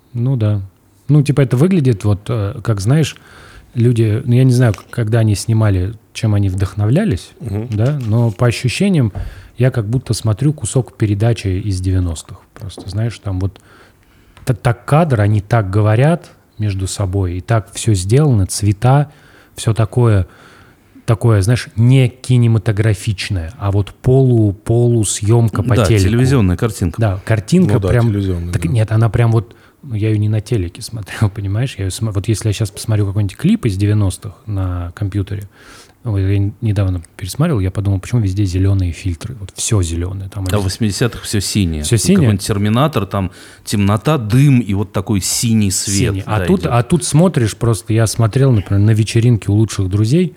Ну, типа это выглядит вот, как, знаешь, люди... Ну, я не знаю, когда они снимали, чем они вдохновлялись, да, но по ощущениям я как будто смотрю кусок передачи из 90-х. Просто, знаешь, там вот так кадр, они так говорят между собой, и так все сделано, цвета, все такое, знаешь, не кинематографичное, а вот полусъемка по Да, телеку. телевизионная картинка. Да, картинка Ну да, прям... телевизионная, Так, да. нет, она прям вот... Ну, я ее не на телеке смотрел, понимаешь? Вот если я сейчас посмотрю какой-нибудь клип из 90-х на компьютере, я недавно пересмотрел, я подумал, почему везде зеленые фильтры? Вот все зеленое. Там А в 80-х все синее. Всё синее? Какой-нибудь «Терминатор», там темнота, дым и вот такой синий свет. синий. да, идет. А тут смотришь просто, я смотрел, например, на вечеринке у лучших друзей.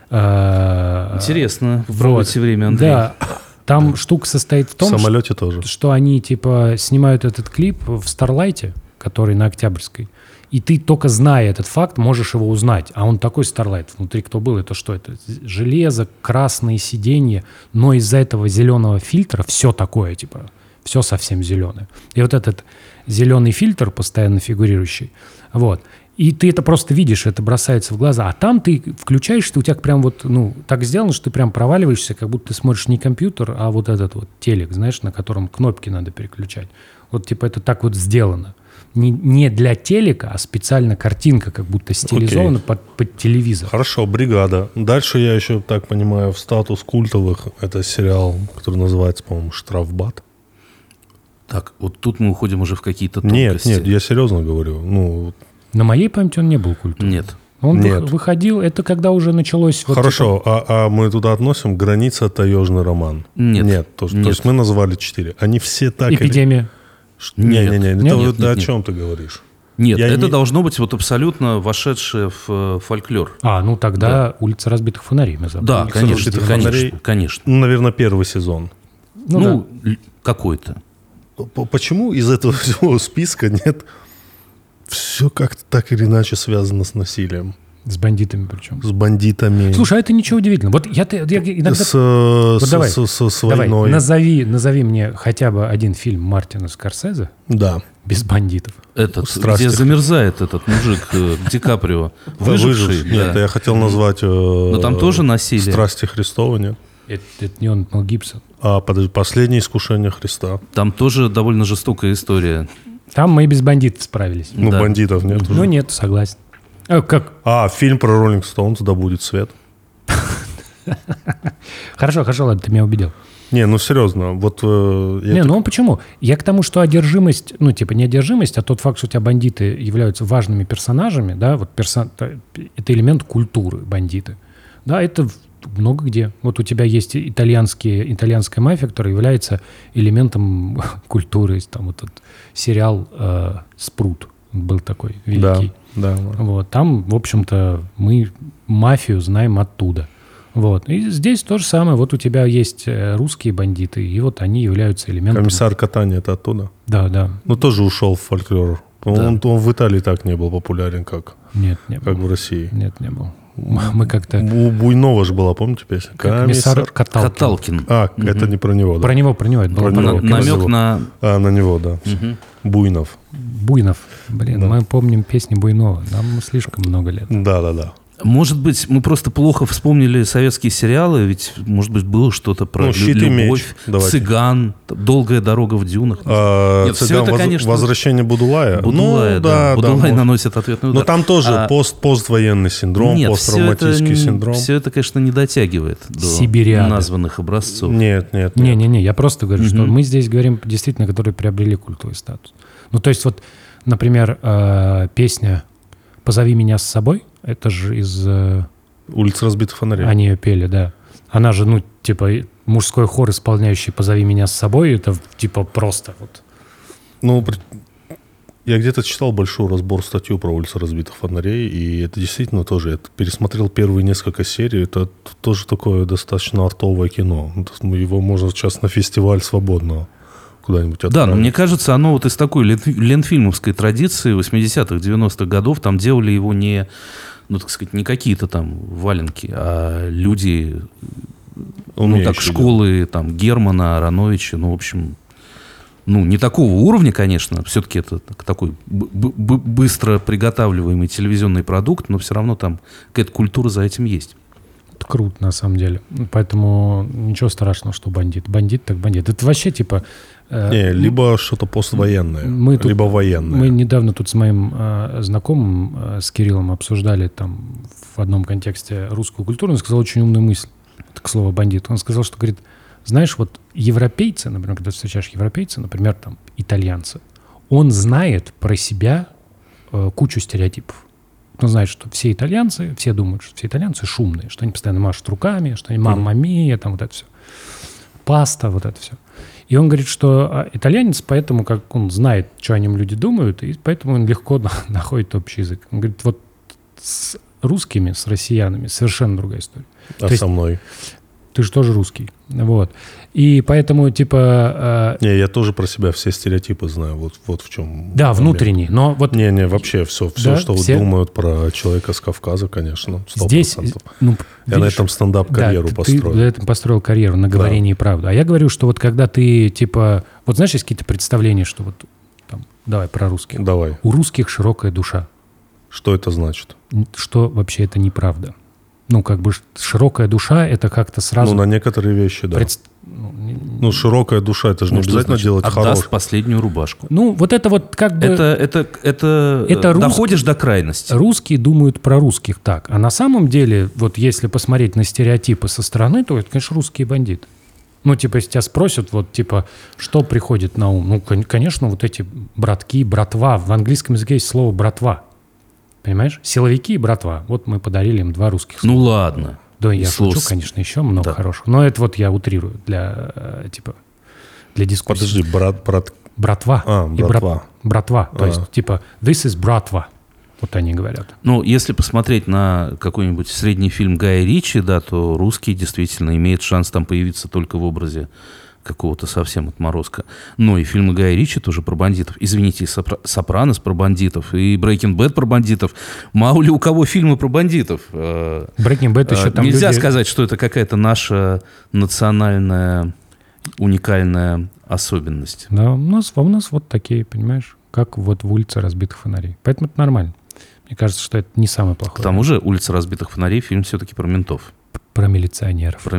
Интересно, проводите время, Андрей. Да, там штука состоит в В том, самолете тоже. что они типа снимают этот клип в Старлайте, который на Октябрьской, и ты только зная этот факт можешь его узнать. А он такой Старлайт. Внутри кто был, это что? Это железо, красные сиденья, но из-за этого зеленого фильтра все такое, типа, все совсем зеленое. И вот этот зеленый фильтр, постоянно фигурирующий, вот, и ты это просто видишь, это бросается в глаза. А там ты включаешь, что у тебя прям вот, ну, так сделано, что ты прям проваливаешься, как будто ты смотришь не компьютер, а вот этот вот телек, знаешь, на котором кнопки надо переключать. Вот типа это так вот сделано. Не для телека, а специально картинка как будто стилизована под телевизор. Хорошо, «Бригада». Дальше я еще, так понимаю, в статус культовых. Это сериал, который называется, по-моему, «Штрафбат». Так, вот тут мы уходим уже в какие-то Нет, тонкости. нет, я серьезно говорю. Ну, На моей памяти он не был культовым. Нет. Он Нет. выходил, это когда уже началось... Вот хорошо, а мы туда относим «Граница», «Таежный роман». Нет. Нет, то Нет. есть мы назвали 4. Они все так... типа, «Эпидемия». Не-не-не, Нет, это нет, вот о нет. чем ты говоришь? Нет, Я это не- должно быть вот абсолютно вошедшее в фольклор. Ну тогда «Улица разбитых фонарей» мы забыли. Да, «Улица конечно, разбитых конечно, фонарей». конечно. Ну, наверное, первый сезон. Ну да. Какой-то. Почему из этого всего списка нет... Все как-то так или иначе связано с насилием, С бандитами причем. с бандитами, Слушай, а это ничего удивительного. Вот я иногда... давай, с Давай, войной. назови мне хотя бы один фильм Мартина Скорсезе Да. без бандитов. Этот, Страсти. где замерзает этот мужик Ди Каприо. Выживший. Выживший. Нет, да. я хотел назвать... Но там тоже насилие. «Страсти Христова», нет? Это не он, Мел Гибсон. А подожди, «Последнее искушение Христа». Там тоже довольно жестокая история. Там мы и без бандитов справились. Ну, Да. бандитов нет. Ну нет, согласен. Как? Фильм про Роллинг Стоунс «Да будет свет». Хорошо, ладно, ты меня убедил. Не, ну серьезно, вот... Ну почему? Я к тому, что одержимость, ну типа не одержимость, а тот факт, что у тебя бандиты являются важными персонажами, да, вот это элемент культуры бандиты. Да, это много где. Вот у тебя есть итальянская мафия, которая является элементом культуры. Там вот этот сериал «Спрут» был такой великий. Да. Вот, там, в общем-то, мы мафию знаем оттуда. Вот. И здесь то же самое. Вот у тебя есть русские бандиты, и вот они являются элементом... «Комиссар Катани» — это оттуда? Да. Ну, тоже ушел в фольклор. Он в Италии так не был популярен, как Нет, не был. в России. Нет, не был. Мы как-то... У Буйнова же была, помните, песня? Комиссар Каталкин. Каталкин. Это не про него, да? Про него это было. Про него. Намек на... На него, да. Буйнов. Буйнов. Блин, Да. мы помним песни Буйнова. Нам слишком много лет. Да. Может быть, мы просто плохо вспомнили советские сериалы, ведь, может быть, было что-то про любовь, цыган, долгая дорога в дюнах. Нет, все это, конечно... Возвращение Будулая. Будулай, да. Будулай наносит ответный удар. Но там тоже поствоенный синдром, посттравматический синдром. Все это, конечно, не дотягивает до названных образцов. Нет. Не, я просто говорю, что мы здесь говорим действительно, которые приобрели культовый статус. Ну, то есть вот, например, песня «Позови меня с собой», это же из... «Улиц разбитых фонарей». Они ее пели, да. Она же, ну, типа, мужской хор, исполняющий «Позови меня с собой», это, типа, просто вот... Ну, я где-то читал большой разбор, статью про «Улицы разбитых фонарей», и это действительно тоже... Я пересмотрел первые несколько серий, это тоже такое достаточно артовое кино. Его можно сейчас на фестиваль свободно куда-нибудь отправить. Да, но мне кажется, оно вот из такой ленфильмовской традиции 80-х, 90-х годов, там делали его не... ну, так сказать, не какие-то там валенки, а люди, ну, так, школы там Германа, Ароновича, ну, в общем, ну, не такого уровня, конечно, все-таки это такой быстро приготавливаемый телевизионный продукт, но все равно там какая-то культура за этим есть. Это круто, на самом деле. Поэтому ничего страшного, что бандит. Бандит так бандит. Это вообще типа... либо что-то поствоенное, либо военное. Мы недавно тут с моим знакомым, с Кириллом, обсуждали там в одном контексте русскую культуру. Он сказал очень умную мысль, к слову, бандит. Он сказал, что, говорит, знаешь, вот европейцы, например, когда ты встречаешь европейца, например, там, итальянца, он знает про себя кучу стереотипов. Он знает, что все итальянцы, все думают, что все итальянцы шумные, что они постоянно машут руками, что они мамма мия, там вот это все. Паста, вот это все. И он говорит, что итальянец, поэтому как он знает, что о нем люди думают, и поэтому он легко находит общий язык. Он говорит, вот с русскими, с россиянами совершенно другая история. А со мной? Ты же тоже русский. Вот. И поэтому, типа... Не, я тоже про себя все стереотипы знаю. Вот в чем... Да, внутренние. Но вот... Не, вообще все, да, что все... думают про человека с Кавказа, конечно, 100%. Здесь, ну, я видишь, на этом стендап-карьеру построил. Ты на этом построил карьеру, на говорении правды. А я говорю, что вот когда ты, типа... Вот знаешь, есть какие-то представления, что вот... Там, давай про русских. Давай. У русских широкая душа. Что это значит? Что вообще это неправда. Ну, как бы широкая душа, это как-то сразу... Ну, на некоторые вещи, да. Ну, широкая душа, это же не обязательно делать хорошее. Отдаст последнюю рубашку. Ну, вот это вот как бы... Это доходишь до крайности. Русские думают про русских так. А на самом деле, вот если посмотреть на стереотипы со стороны, то это, конечно, русские бандиты. Ну, типа, если тебя спросят, вот, типа, что приходит на ум? Ну, конечно, вот эти братки, братва. В английском языке есть слово «братва». Понимаешь? Силовики и братва. Вот мы подарили им 2 русских слова. Ну ладно. Да, я шучу, конечно, еще много хорошего. Но это вот я утрирую для, типа, для дискуссии. Подожди, братва. И братва. То есть, типа, this is братва. Вот они говорят. Ну, если посмотреть на какой-нибудь средний фильм Гая Ричи, да, то русский действительно имеет шанс там появиться только в образе какого-то совсем отморозка. Но и фильмы Гая Ричи тоже про бандитов. Извините, и «Сопранос» про бандитов, и «Брейкинг Бэд» про бандитов. Мало ли у кого фильмы про бандитов. «Брейкинг Бэд» еще там нельзя сказать, что это какая-то наша национальная уникальная особенность. Да, у нас вот такие, понимаешь, как вот в «Улице разбитых фонарей». Поэтому это нормально. Мне кажется, что это не самый плохой. К тому же «Улица разбитых фонарей» фильм все-таки про ментов. Про милиционеров.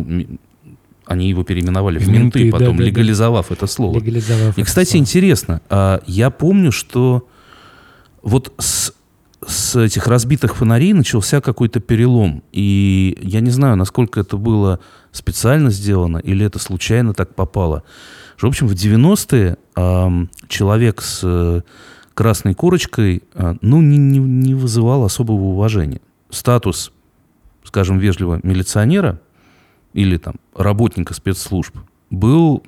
Они его переименовали в менты, потом легализовав это слово. И, кстати, интересно, я помню, что вот с этих разбитых фонарей начался какой-то перелом. И я не знаю, насколько это было специально сделано или это случайно так попало. В общем, в 90-е человек с красной корочкой не вызывал особого уважения. Статус, скажем, вежливо, милиционера или там работника спецслужб был,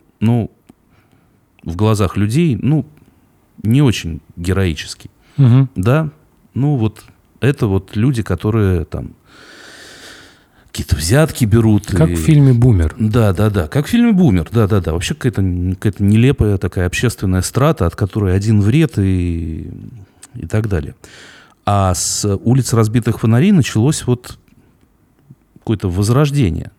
в глазах людей, не очень героический. Угу. Да, это вот люди, которые там какие-то взятки берут. Как в фильме «Бумер». Да, как в фильме «Бумер», да. Вообще какая-то нелепая такая общественная страта, от которой один вред и так далее. А с «Улиц разбитых фонарей» началось вот какое-то возрождение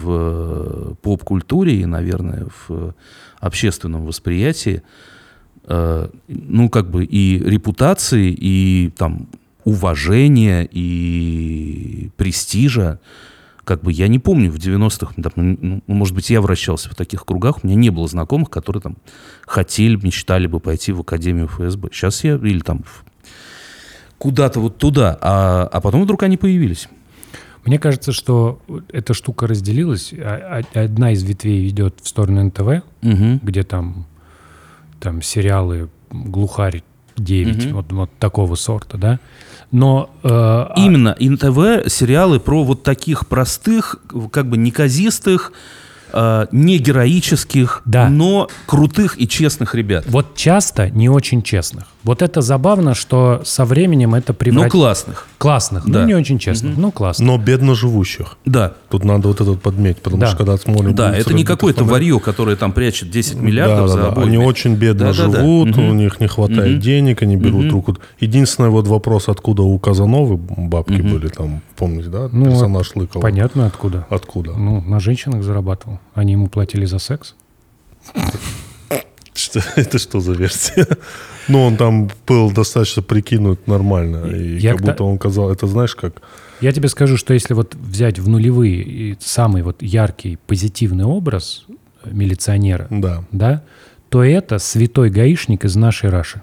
в поп-культуре и, наверное, в общественном восприятии, и репутации, и там уважения и престижа, как бы я не помню в 90-х, может быть, я вращался в таких кругах, у меня не было знакомых, которые там хотели, мечтали бы пойти в Академию ФСБ. Сейчас я, или там куда-то вот туда, а потом вдруг они появились. Мне кажется, что эта штука разделилась. Одна из ветвей идет в сторону НТВ, где там сериалы «Глухарь 9», вот такого сорта, да? Но именно НТВ сериалы про вот таких простых, как бы неказистых, не героических, да, но крутых и честных ребят. Вот часто не очень честных. Вот это забавно, что со временем это превратилось... Ну, классных. Классных, да. Ну, не очень честных, но классных. Но бедно живущих. Да. Тут надо вот этот подметить, потому что когда смотрим... Да, это не какое-то варье, которое там прячет 10 миллиардов за обоими. Они очень бедно живут, у них не хватает денег, они берут руку. Единственный вот вопрос, откуда у Казановы бабки были там, помните, да? Персонаж Лыкова. Понятно, откуда. Откуда? Ну, на женщинах зарабатывал. Они ему платили за секс. Это что за версия? Ну, он там был достаточно прикинут нормально. И как будто он казал... Это знаешь как... Я тебе скажу, что если вот взять в нулевые и самый вот яркий позитивный образ милиционера, да, то это святой гаишник из нашей Раши.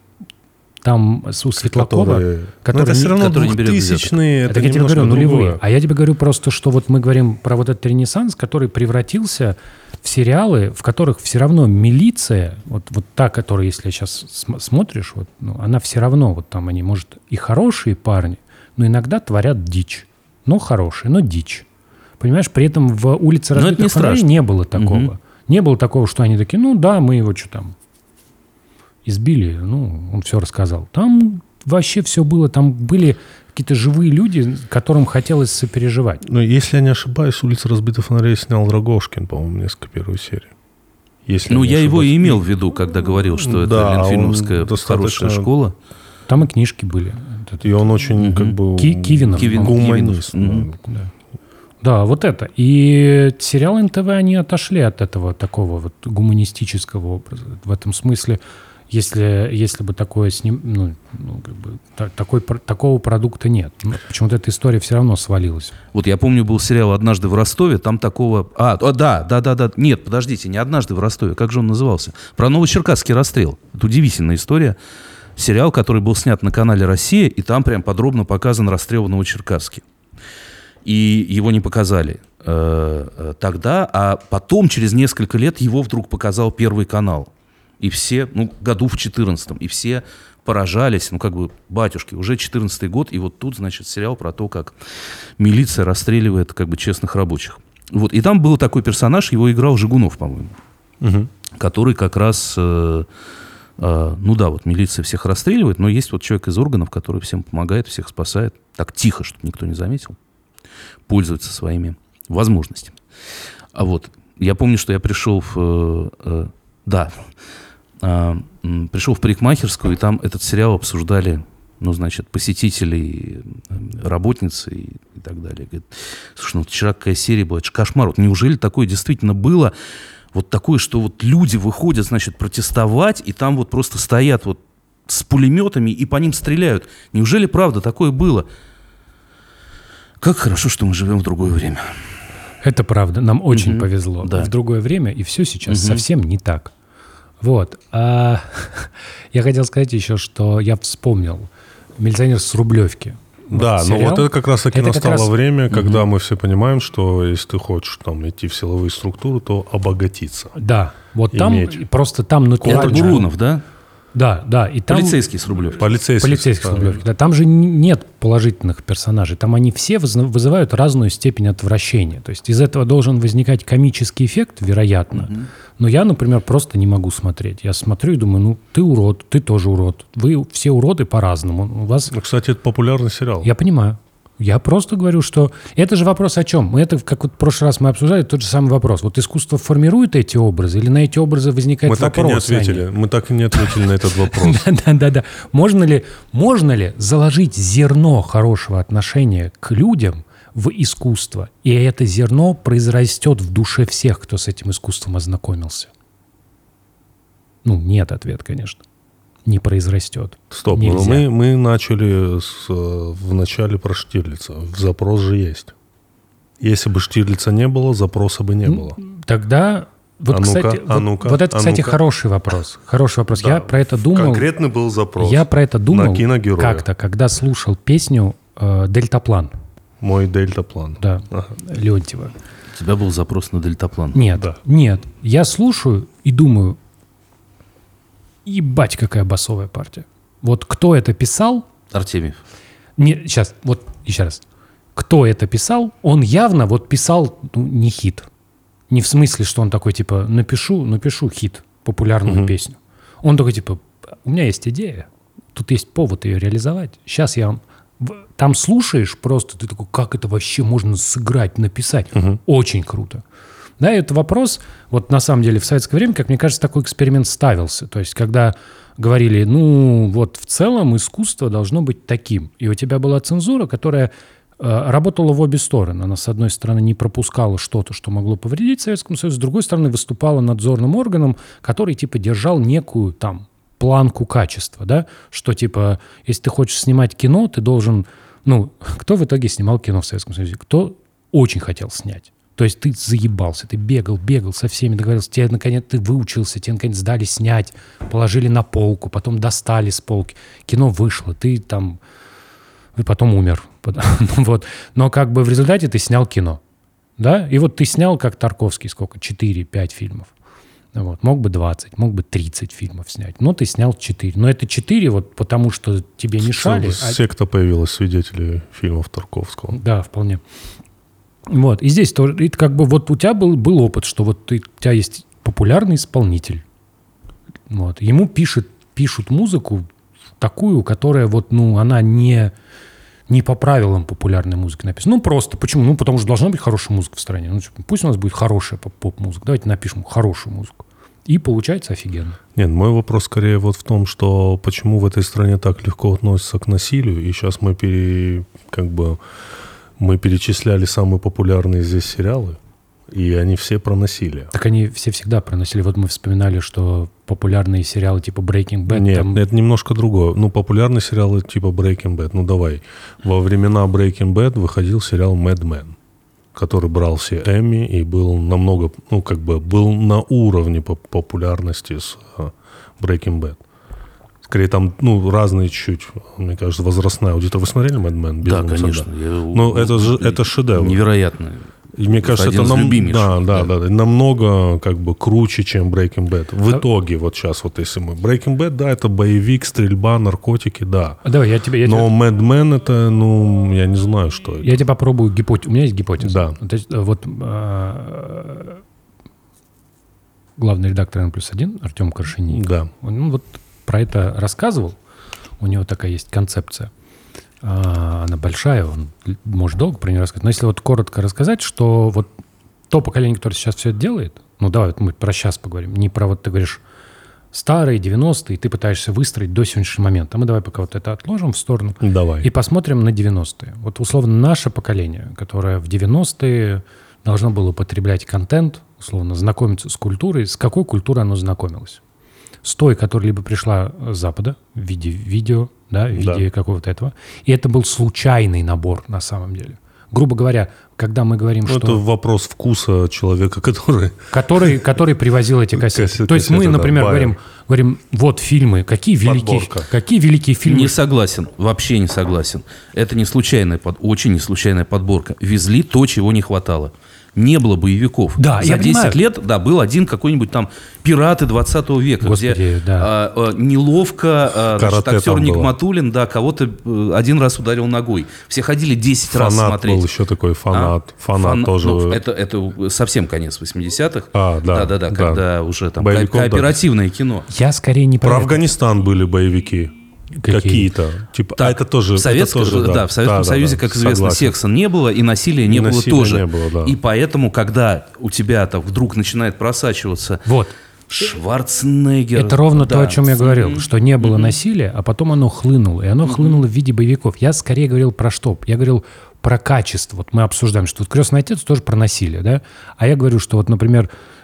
Там у Светлакова... это все равно 2000-е, это я тебе говорю, нулевые. Другое. А я тебе говорю просто, что вот мы говорим про вот этот ренессанс, который превратился в сериалы, в которых все равно милиция, вот та, которая, если сейчас смотришь, вот, она все равно, вот там они, может, и хорошие парни, но иногда творят дичь. Но хорошие, но дичь. Понимаешь, при этом в «Улице разбитых фонарей» не было такого. Не было такого, что они такие, ну да, мы его что там... избили, он все рассказал. Там вообще все было, там были какие-то живые люди, которым хотелось сопереживать. Но если я не ошибаюсь, «Улица разбитых фонарей» снял Рогожкин, по-моему, несколько первой серии. Я его и имел в виду, когда говорил, что это ленфильмовская хорошая школа. Там и книжки были. И он очень как бы... Кивинов. Гуманист. Да, вот это. И сериалы НТВ, они отошли от этого такого вот гуманистического образа. В этом смысле... Если бы такое с ним, такого продукта нет. Почему-то эта история все равно свалилась. Вот я помню, был сериал «Однажды в Ростове», там такого... Да. Нет, подождите, не «Однажды в Ростове», как же он назывался? Про Новочеркасский расстрел. Это удивительная история. Сериал, который был снят на канале «Россия», и там прям подробно показан расстрел в Новочеркасске. И его не показали тогда, а потом, через несколько лет, его вдруг показал Первый канал. И все, году в 14-м, и все поражались, батюшки, уже 14-й год, и вот тут, значит, сериал про то, как милиция расстреливает, честных рабочих. Вот, и там был такой персонаж, его играл Жигунов, по-моему, который как раз, милиция всех расстреливает, но есть вот человек из органов, который всем помогает, всех спасает, так тихо, чтобы никто не заметил, пользуется своими возможностями. А вот, я помню, что я пришел пришел в парикмахерскую, и там этот сериал обсуждали, посетители, работницы и так далее. Говорит, слушай, вчера какая серия была, это же кошмар. Вот неужели такое действительно было? Вот такое, что вот люди выходят, протестовать, и там вот просто стоят вот с пулеметами и по ним стреляют. Неужели правда такое было? Как хорошо, что мы живем в другое время. Это правда. Нам очень повезло. Да. В другое время, и все сейчас совсем не так. Вот. Я хотел сказать еще, что я вспомнил «Милиционер с Рублевки». Да, но вот это как раз таки настало время, когда мы все понимаем, что если ты хочешь там идти в силовые структуры, то обогатиться. Да, вот там, просто там натурально... Это Бурунов, да? Да. И там... Полицейский с Рублевки. Полицейский с Рублевки. Да, там же нет положительных персонажей. Там они все вызывают разную степень отвращения. То есть из этого должен возникать комический эффект, вероятно. Но я, например, просто не могу смотреть. Я смотрю и думаю, ты урод, ты тоже урод. Вы все уроды по-разному. У вас... Кстати, это популярный сериал. Я понимаю. Я просто говорю, что... Это же вопрос о чем? Это, как вот в прошлый раз мы обсуждали, тот же самый вопрос. Вот искусство формирует эти образы, или на эти образы возникает вопрос? Мы так и не ответили на этот вопрос. Да. Можно ли заложить зерно хорошего отношения к людям в искусство, и это зерно произрастет в душе всех, кто с этим искусством ознакомился? Нет, ответ, конечно. не произрастет. Стоп, Нельзя. но мы начали в начале про Штирлица. Запрос же есть. Если бы Штирлица не было, запроса бы не было. Тогда... Вот, кстати, вот это, кстати, хороший вопрос. Хороший вопрос. Да. Я про это думал. Конкретный был запрос. Я про это думал на киногероя. как-то, когда слушал песню «Дельтаплан». Мой дельтаплан. Да, Леонтьева. У тебя был запрос на дельтаплан. Нет, Да. нет. Я слушаю и думаю, ебать, какая басовая партия. Вот кто это писал? Артемьев. Не, сейчас, вот еще раз. Кто это писал? Он явно вот писал не хит. Не в смысле, что он такой, типа, напишу хит, популярную песню. Он такой, типа, у меня есть идея, тут есть повод ее реализовать. Сейчас я вам... Там слушаешь просто, ты такой, как это вообще можно сыграть, написать? Очень круто. Да, и это вопрос, вот на самом деле в советское время, как мне кажется, такой эксперимент ставился. То есть, когда говорили, ну, вот в целом искусство должно быть таким. И у тебя была цензура, которая работала в обе стороны. Она, с одной стороны, не пропускала что-то, что могло повредить Советскому Союзу, с другой стороны, выступала надзорным органом, который, типа, держал некую там планку качества, да, что, типа, если ты хочешь снимать кино, ты должен... Ну, кто в итоге снимал кино в Советском Союзе? Кто очень хотел снять? То есть ты заебался, ты бегал со всеми, договорился, тебе, наконец, ты выучился, тебе, наконец, дали снять, положили на полку, потом достали с полки, кино вышло, ты там... И потом умер. Вот. Но как бы в результате ты снял кино. Да? И вот ты снял, как Тарковский, сколько? 4-5 фильмов. Вот. Мог бы 20, мог бы 30 фильмов снять. Но ты снял 4. Но это 4 вот потому, что тебе мешали. Секта появилась свидетелей фильмов Тарковского. Да, вполне. Вот. И здесь тоже, и как бы вот у тебя был опыт, что вот у тебя есть популярный исполнитель. Вот. Ему пишут музыку такую, которая вот, ну, она не по правилам популярной музыки написана. Ну, просто. Почему? Ну, потому что должна быть хорошая музыка в стране. Ну, пусть у нас будет хорошая поп-музыка. Давайте напишем хорошую музыку. И получается офигенно. Нет, мой вопрос скорее вот в том, что почему в этой стране так легко относятся к насилию, и сейчас мы перечисляли самые популярные здесь сериалы, и они все про насилие. Так они все всегда про насилие. Вот мы вспоминали, что популярные сериалы типа Breaking Bad... Нет, там... это немножко другое. Ну, популярные сериалы типа Breaking Bad. Ну, давай. Во времена Breaking Bad выходил сериал Mad Men, который брал все Эмми и был намного... Ну, как бы был на уровне популярности с Breaking Bad. Скорее, там, ну, разные чуть-чуть, мне кажется, возрастная аудитория. Вы смотрели Mad Men? Да, конечно. Ну, это шедевр. Невероятно. И мне кажется, это намного как бы круче, чем Breaking Bad. В итоге, вот сейчас, вот если мы... Breaking Bad, да, это боевик, стрельба, наркотики, да. Давай, Но Mad Men это, ну, я не знаю, что это. Я тебе попробую гипотезу. У меня есть гипотеза. Да. То есть, вот главный редактор N+1 Артем Коршенник, Да. он вот про это рассказывал. У него такая есть концепция. Она большая, он может долго про нее рассказать. Но если вот коротко рассказать, что вот то поколение, которое сейчас все это делает, ну давай вот мы про сейчас поговорим, не про вот ты говоришь старые 90-е, ты пытаешься выстроить до сегодняшнего момента. А мы давай пока вот это отложим в сторону. Давай. И посмотрим на 90-е. Вот условно наше поколение, которое в 90-е должно было употреблять контент, условно знакомиться с культурой. С какой культурой оно знакомилось? С той, которая либо пришла с Запада в виде видео, да, в виде какого-то этого. И это был случайный набор на самом деле. Грубо говоря, когда мы говорим, что... Это вопрос вкуса человека, который привозил эти кассеты. То есть мы, например, говорим, вот фильмы, какие великие фильмы. Не согласен, вообще не согласен. Это не случайная, очень не случайная подборка. Везли то, чего не хватало. Не было боевиков. Да, за 10 лет, да, был один какой-нибудь там «Пираты 20 века», Господи, где да. Неловко актер Нигматуллин, да, кого-то один раз ударил ногой. Все ходили 10 раз смотреть. Фанат был еще такой, фанат тоже. Ну, это совсем конец 80-х. Да, когда уже там боевиков, кооперативное кино. Я скорее не про Афганистан были боевики. Какие-то. Типа, так, это тоже... в Советском Союзе, как известно, секса не было, и насилия не было тоже. Не было, да. И поэтому, когда у тебя там вдруг начинает просачиваться Шварценеггер... Это ровно то, о чем я говорил, что не было насилия, а потом оно хлынуло. И оно хлынуло в виде боевиков. Я скорее говорил про что? Я говорил про качество. Вот мы обсуждаем, что вот «Крестный отец» тоже про насилие, да? А я говорю, что вот, например,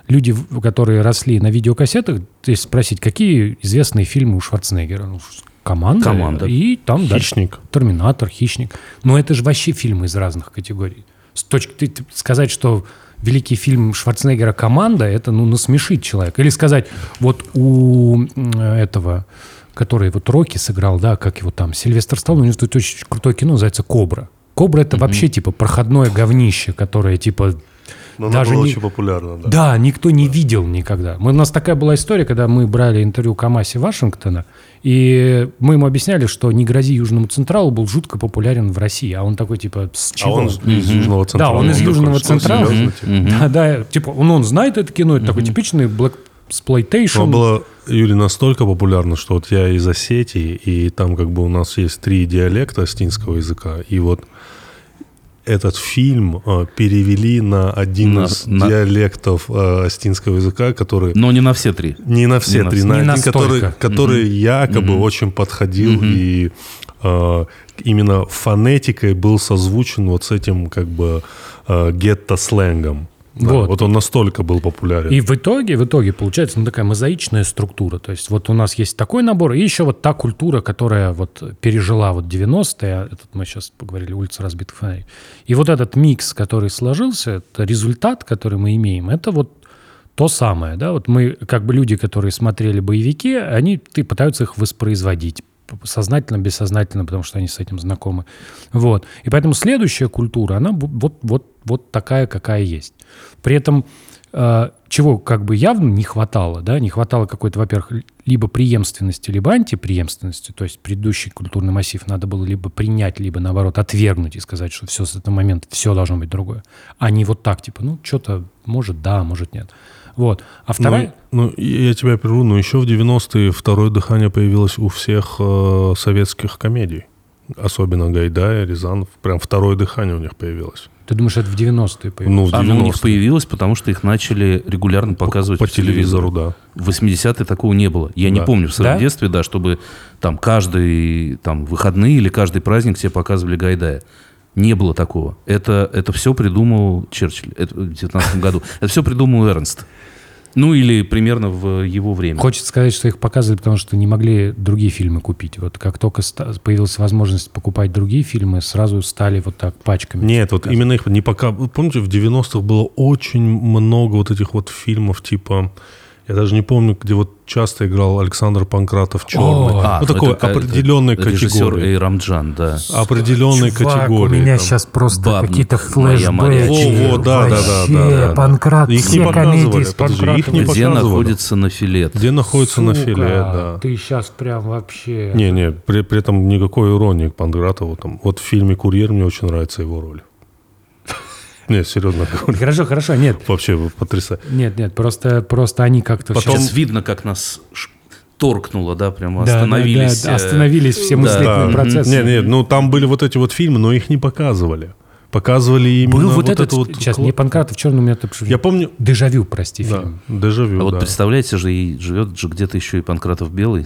люди, которые росли на видеокассетах, если спросить, какие известные фильмы у Шварценеггера? Ну, «Команда». И там «Хищник». дальше «Терминатор», «Хищник». Но это же вообще фильмы из разных категорий. Сказать, что великий фильм Шварценеггера «Команда», это, насмешить человека. Или сказать, вот у этого, который вот Рокки сыграл, да, как его там, Сильвестр Сталлоне, у него тут очень крутое кино, называется «Кобра». «Кобра» — это вообще, типа, проходное говнище, которое, типа... Но даже она была очень популярна, да. Да, никто не видел никогда. У нас такая была история, когда мы брали интервью Камаси Вашингтона, и мы ему объясняли, что «Не грози Южному Централу» был жутко популярен в России. А он такой, типа, с чего? А он из Южного Централа. Да, он из Южного Централа. Серьезно, типа? Да, типа, он знает это кино, это такой типичный blaxploitation. Оно было, Юрий, настолько популярно, что вот я из Осетии, и там как бы у нас есть 3 диалекта осетинского языка, и вот этот фильм перевели на один из диалектов осетинского языка, который... Но не на все 3. Не на все 3, на один, который якобы очень подходил и именно фонетикой был созвучен вот с этим как бы гетто-сленгом. Да, вот он настолько был популярен. И в итоге получается такая мозаичная структура. То есть вот у нас есть такой набор, и еще вот та культура, которая вот пережила вот 90-е, этот мы сейчас поговорили, «Улица разбитых фонарей». И вот этот микс, который сложился, это результат, который мы имеем, это вот то самое. Да? Вот мы, как бы люди, которые смотрели боевики, они пытаются их воспроизводить. Сознательно, бессознательно, потому что они с этим знакомы. Вот. И поэтому следующая культура, она вот такая, какая есть. При этом чего как бы явно не хватало, да, не хватало какой-то, во-первых, либо преемственности, либо антипреемственности, то есть предыдущий культурный массив надо было либо принять, либо, наоборот, отвергнуть и сказать, что все с этого момента, все должно быть другое. А не вот так, типа, что-то может да, может нет. Вот. А вторая... я тебя прерву, но еще в 90-е второе дыхание появилось у всех советских комедий. Особенно Гайдая, Рязанов. Прям второе дыхание у них появилось. Ты думаешь, это в 90-е появилось? В 90-е. Оно у них появилось, потому что их начали регулярно показывать по телевизору, да. В 80-е такого не было. Я не помню в своем детстве, да, чтобы там каждый там, выходные или каждый праздник тебе показывали Гайдая. Не было такого. Это все придумал Черчилль в 19 году. Это все придумал Эрнст. Ну, или примерно в его время. Хочется сказать, что их показывали, потому что не могли другие фильмы купить. Вот как только появилась возможность покупать другие фильмы, сразу стали вот так пачками. Нет, вот именно их не пока... Помните, в 90-х было очень много вот этих вот фильмов, типа... Я даже не помню, где вот часто играл Александр Панкратов «Черный». Такой определенной категории. Режиссер Эйрамджан, да. Определенной категории. У меня сейчас просто какие-то флешбеки. Да. Панкрат, их не показывали. Их не Где находится Нафилет. Где находится Нафилет, да. Ты сейчас прям вообще... Не, при этом никакой иронии к Панкратову. Вот в фильме «Курьер» мне очень нравится его роль. Нет, серьезно. Хорошо, нет. Вообще потрясающе. Нет, просто они как-то... Потом сейчас видно, как нас торкнуло, да, прямо остановились. Да, остановились все мыслительные процессы. Нет, там были вот эти вот фильмы, но их не показывали. Показывали именно был вот этот вот... Сейчас, не Панкратов «Черный», у меня... Я помню... «Дежавю», прости, фильм. Да, «Дежавю», А вот представляете же, и живет же где-то еще и Панкратов Белый.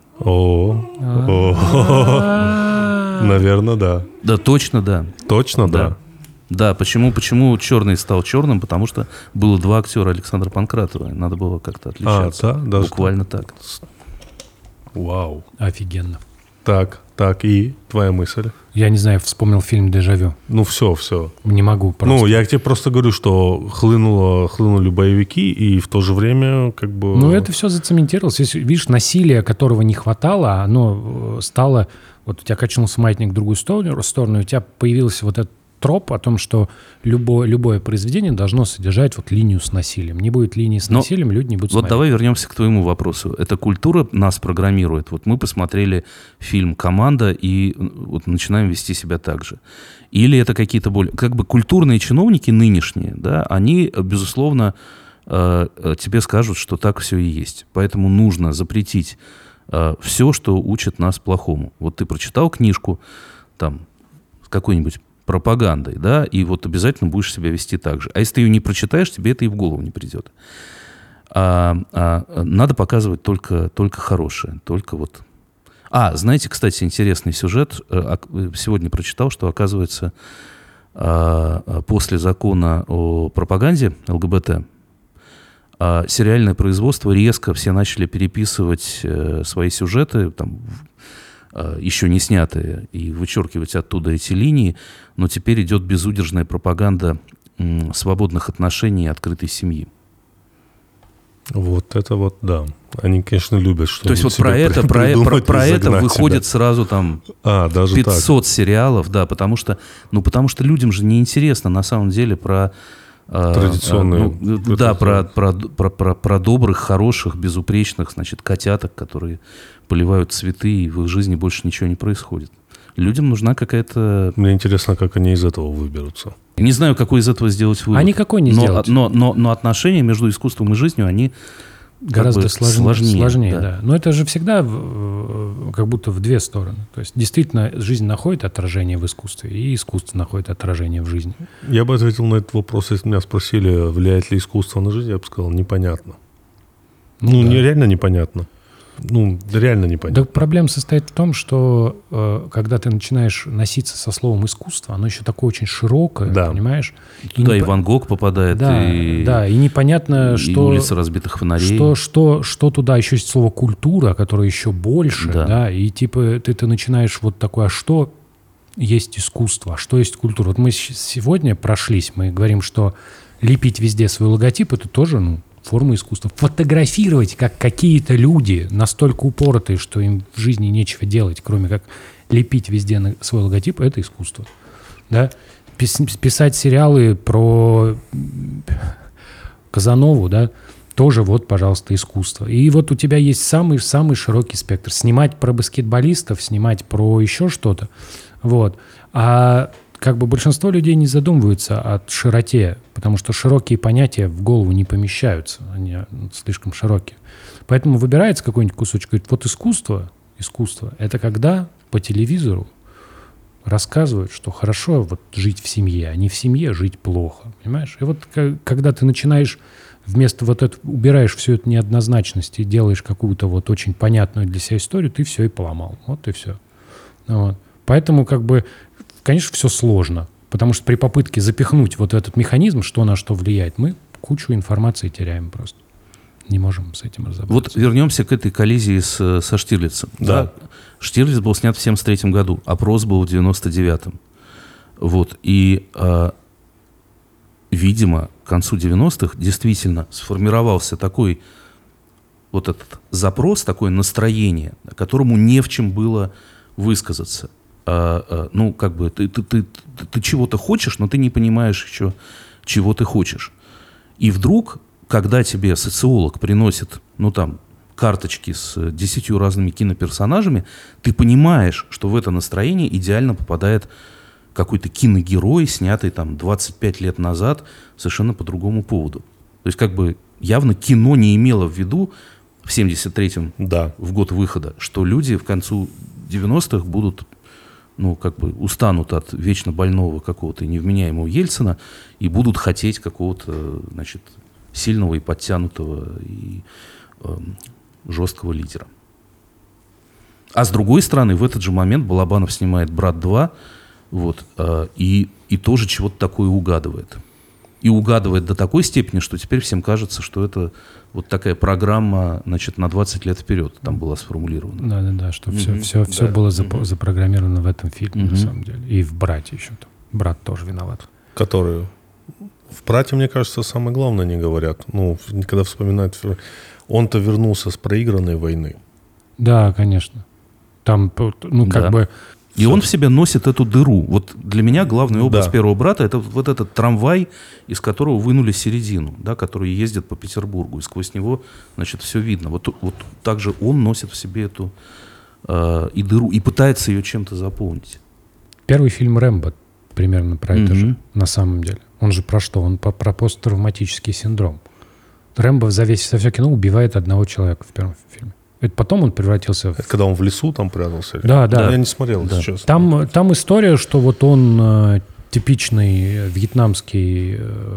Наверное, да. Да, точно, да. Точно, да. Да, почему «Черный» стал черным? Потому что было 2 актера Александра Панкратова. Надо было как-то отличаться. Да? Буквально так. Вау. Офигенно. Так, и твоя мысль? Я не знаю, вспомнил фильм «Дежавю». Все. Не могу просто. Я тебе просто говорю, что хлынули боевики, и в то же время как бы... это все зацементировалось. Если, видишь, насилие, которого не хватало, оно стало... Вот у тебя качнулся маятник в другую сторону, у тебя появился вот этот троп о том, что любое произведение должно содержать вот линию с насилием. Не будет линии с насилием, люди не будут смотреть. Вот давай вернемся к твоему вопросу. Эта культура нас программирует. Вот мы посмотрели фильм «Команда» и вот начинаем вести себя так же. Или это какие-то более... Как бы культурные чиновники нынешние, да, они, безусловно, тебе скажут, что так все и есть. Поэтому нужно запретить все, что учит нас плохому. Вот ты прочитал книжку, там, какой-нибудь пропагандой, да, и вот обязательно будешь себя вести так же. А если ты ее не прочитаешь, тебе это и в голову не придет. Надо показывать только хорошее, только вот... знаете, кстати, интересный сюжет. Сегодня прочитал, что, оказывается, после закона о пропаганде ЛГБТ А сериальное производство резко все начали переписывать свои сюжеты, там, еще не снятые, и вычеркивать оттуда эти линии, но теперь идет безудержная пропаганда свободных отношений и открытой семьи. Вот это вот, да. Они, конечно, любят что-то. То есть вот про это выходит сразу там даже 500 так. сериалов, да, потому что людям же неинтересно на самом деле про традиционные. Про добрых, хороших, безупречных, значит, котяток, которые поливают цветы, и в их жизни больше ничего не происходит. Людям нужна какая-то... Мне интересно, как они из этого выберутся. Не знаю, какой из этого сделать вывод. А никакой не сделать. Но отношения между искусством и жизнью, они гораздо сложнее, да. Но это же всегда как будто в две стороны. То есть действительно жизнь находит отражение в искусстве, и искусство находит отражение в жизни. Я бы ответил на этот вопрос, если меня спросили, влияет ли искусство на жизнь, я бы сказал, непонятно. Реально непонятно. Реально непонятно. Да, проблема состоит в том, что когда ты начинаешь носиться со словом искусство, оно еще такое очень широкое, понимаешь? Туда и Ван Гог попадает, и непонятно, и улица разбитых фонарей. Что туда еще есть слово культура, которое еще больше, и типа ты начинаешь вот такое, а что есть искусство, а что есть культура? Вот мы сегодня прошлись, мы говорим, что лепить везде свой логотип, это тоже, форма искусства. Фотографировать, как какие-то люди настолько упоротые, что им в жизни нечего делать, кроме как лепить везде на свой логотип, это искусство. Да? Писать сериалы про Казанову, да, тоже вот, пожалуйста, искусство. И вот у тебя есть самый широкий спектр. Снимать про баскетболистов, снимать про еще что-то. Вот. А как бы большинство людей не задумываются о широте, потому что широкие понятия в голову не помещаются, они слишком широкие. Поэтому выбирается какой-нибудь кусочек, говорит, вот искусство, это когда по телевизору рассказывают, что хорошо вот жить в семье, а не в семье жить плохо, понимаешь? И вот когда ты начинаешь вместо вот этого, убираешь всю эту неоднозначность и делаешь какую-то вот очень понятную для себя историю, ты все и поломал, вот и все. Вот. Поэтому как бы конечно, все сложно, потому что при попытке запихнуть вот этот механизм, что на что влияет, мы кучу информации теряем просто. Не можем с этим разобраться. Вот вернемся к этой коллизии со Штирлицем. Да. Штирлиц был снят в 1973 году, опрос был в 1999. Вот. И, видимо, к концу 90-х действительно сформировался такой вот этот запрос, такое настроение, которому не в чем было высказаться. Как бы ты чего-то хочешь, но ты не понимаешь еще, чего ты хочешь. И вдруг, когда тебе социолог приносит, карточки с 10 разными киноперсонажами, ты понимаешь, что в это настроение идеально попадает какой-то киногерой, снятый 25 лет назад, совершенно по другому поводу. То есть, как бы, явно кино не имело в виду в 73-м, в год выхода, что люди в концу 90-х будут устанут от вечно больного какого-то невменяемого Ельцина и будут хотеть какого-то, сильного и подтянутого и жесткого лидера. А с другой стороны, в этот же момент Балабанов снимает «Брат 2», и тоже чего-то такое угадывает. И угадывает до такой степени, что теперь всем кажется, что это вот такая программа, на 20 лет вперед там была сформулирована. Да, что все было запрограммировано в этом фильме, на самом деле. И в «Брате» еще. Брат тоже виноват. Который... В «Брате», мне кажется, самое главное не говорят. Когда вспоминают... Он-то вернулся с проигранной войны. Да, конечно. Там, бы... И он в себе носит эту дыру. Вот для меня главный образ «Первого брата» — это вот этот трамвай, из которого вынули середину, который ездит по Петербургу, и сквозь него, все видно. Вот так же он носит в себе эту и дыру, и пытается ее чем-то заполнить. Первый фильм «Рэмбо» примерно про это же, на самом деле. Он же про что? Он про посттравматический синдром. Рэмбо за все кино убивает одного человека в первом фильме. Это потом он превратился в... Это когда он в лесу там прятался? Да. Я не смотрел, сейчас. Там история, что вот он типичный вьетнамский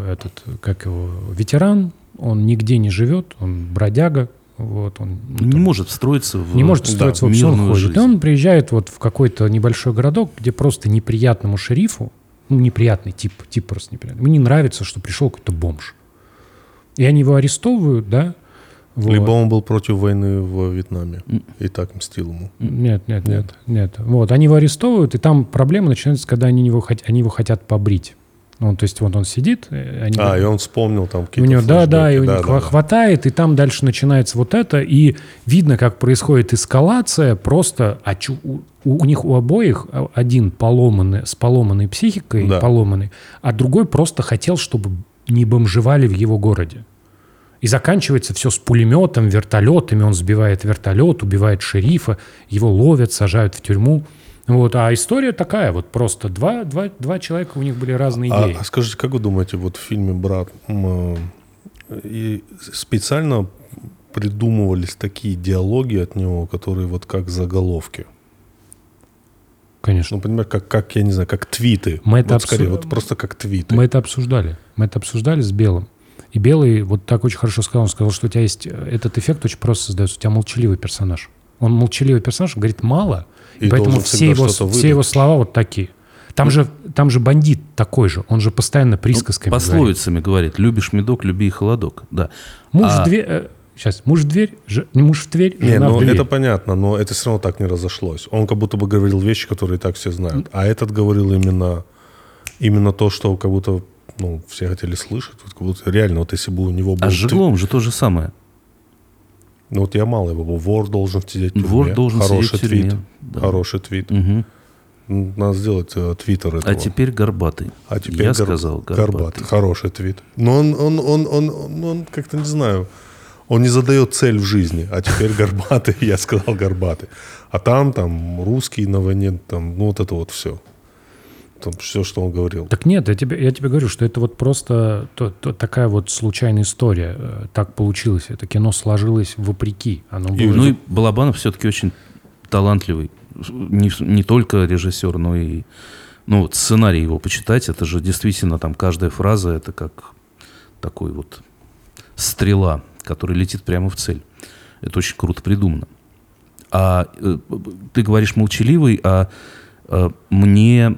ветеран, он нигде не живет, он бродяга. Он не может встроиться в вообще, он ходит. И он приезжает в какой-то небольшой городок, где просто неприятному шерифу, неприятный тип просто неприятный, ему не нравится, что пришел какой-то бомж. И они его арестовывают, да? Вот. Либо он был против войны в Вьетнаме и так мстил ему. Нет. Вот, они его арестовывают, и там проблема начинается, когда они его хотят побрить. Ну, то есть вот он сидит. И он вспомнил там какие-то у него, флешбеки. и у них хватает, и там дальше начинается вот это, и видно, как происходит эскалация, просто у них у обоих один с поломанной психикой, поломанный, а другой просто хотел, чтобы не бомжевали в его городе. И заканчивается все с пулеметом, вертолетами, он сбивает вертолет, убивает шерифа, его ловят, сажают в тюрьму. Вот, а история такая, вот просто два человека, у них были разные идеи. А скажите, как вы думаете, вот в фильме «Брат» специально придумывались такие диалоги от него, которые вот как заголовки? Конечно. Ну, например, как я не знаю, как твиты. Мы это скорее, вот просто как твиты. Мы это обсуждали. С Белым. И Белый вот так очень хорошо сказал. Он сказал, что у тебя есть этот эффект очень просто создается. У тебя молчаливый персонаж. Он молчаливый персонаж, говорит мало, и поэтому все его слова вот такие. Там же бандит такой же. Он же постоянно присказками пословицами говорит. Любишь медок, люби и холодок. Да. Муж в дверь... муж в дверь, не муж в дверь, жена в дверь. Это понятно, но это все равно так не разошлось. Он как будто бы говорил вещи, которые и так все знают. А этот говорил именно то, что как будто все хотели слышать. Вот, как будто реально, вот если бы у него был... А с Жигловым же то же самое. Ну вот я мало его. Вор должен сидеть в тюрьме. Вор должен Хороший сидеть в тюрьме. Твит. Да. Хороший твит. Угу. Надо сделать твиттер этого. А теперь горбатый. Я сказал горбатый. Хороший твит. Но он как-то, не знаю, он не задает цель в жизни. А теперь горбатый, я сказал горбатый. А там русский на войне, вот это вот все. Там все, что он говорил. Так нет, я тебе говорю, что это вот просто такая вот случайная история. Так получилось. Это кино сложилось вопреки. И Балабанов все-таки очень талантливый. Не только режиссер, но и сценарий его почитать. Это же действительно там каждая фраза, это как такой вот стрела, которая летит прямо в цель. Это очень круто придумано. А ты говоришь молчаливый, мне...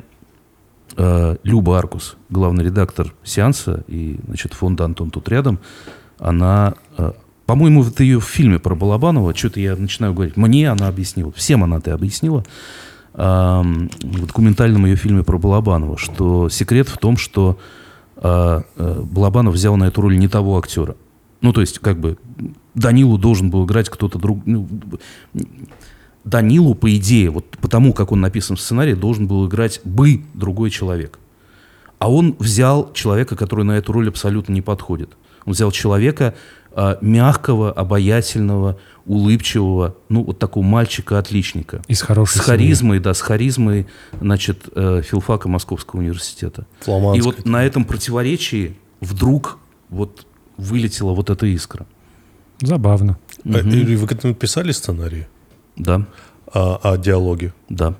Люба Аркус, главный редактор «Сеанса» и, фонда «Антон тут рядом», она, по-моему, это ее в фильме про Балабанова, что-то я начинаю говорить, мне она объяснила, всем она это объяснила, в документальном ее фильме про Балабанова, что секрет в том, что Балабанов взял на эту роль не того актера. Ну, то есть, Данилу должен был играть кто-то другой. Данилу, по идее, вот потому, как он написан в сценарии, должен был играть другой человек. А он взял человека, который на эту роль абсолютно не подходит. Он взял человека мягкого, обаятельного, улыбчивого, вот такого мальчика-отличника. И с хорошей харизмой, с харизмой, филфака Московского университета. Фламандской. И вот на этом противоречии вдруг вот вылетела вот эта искра. Забавно. Юрий, вы к этому писали сценарий? Да. А диалоги? Да.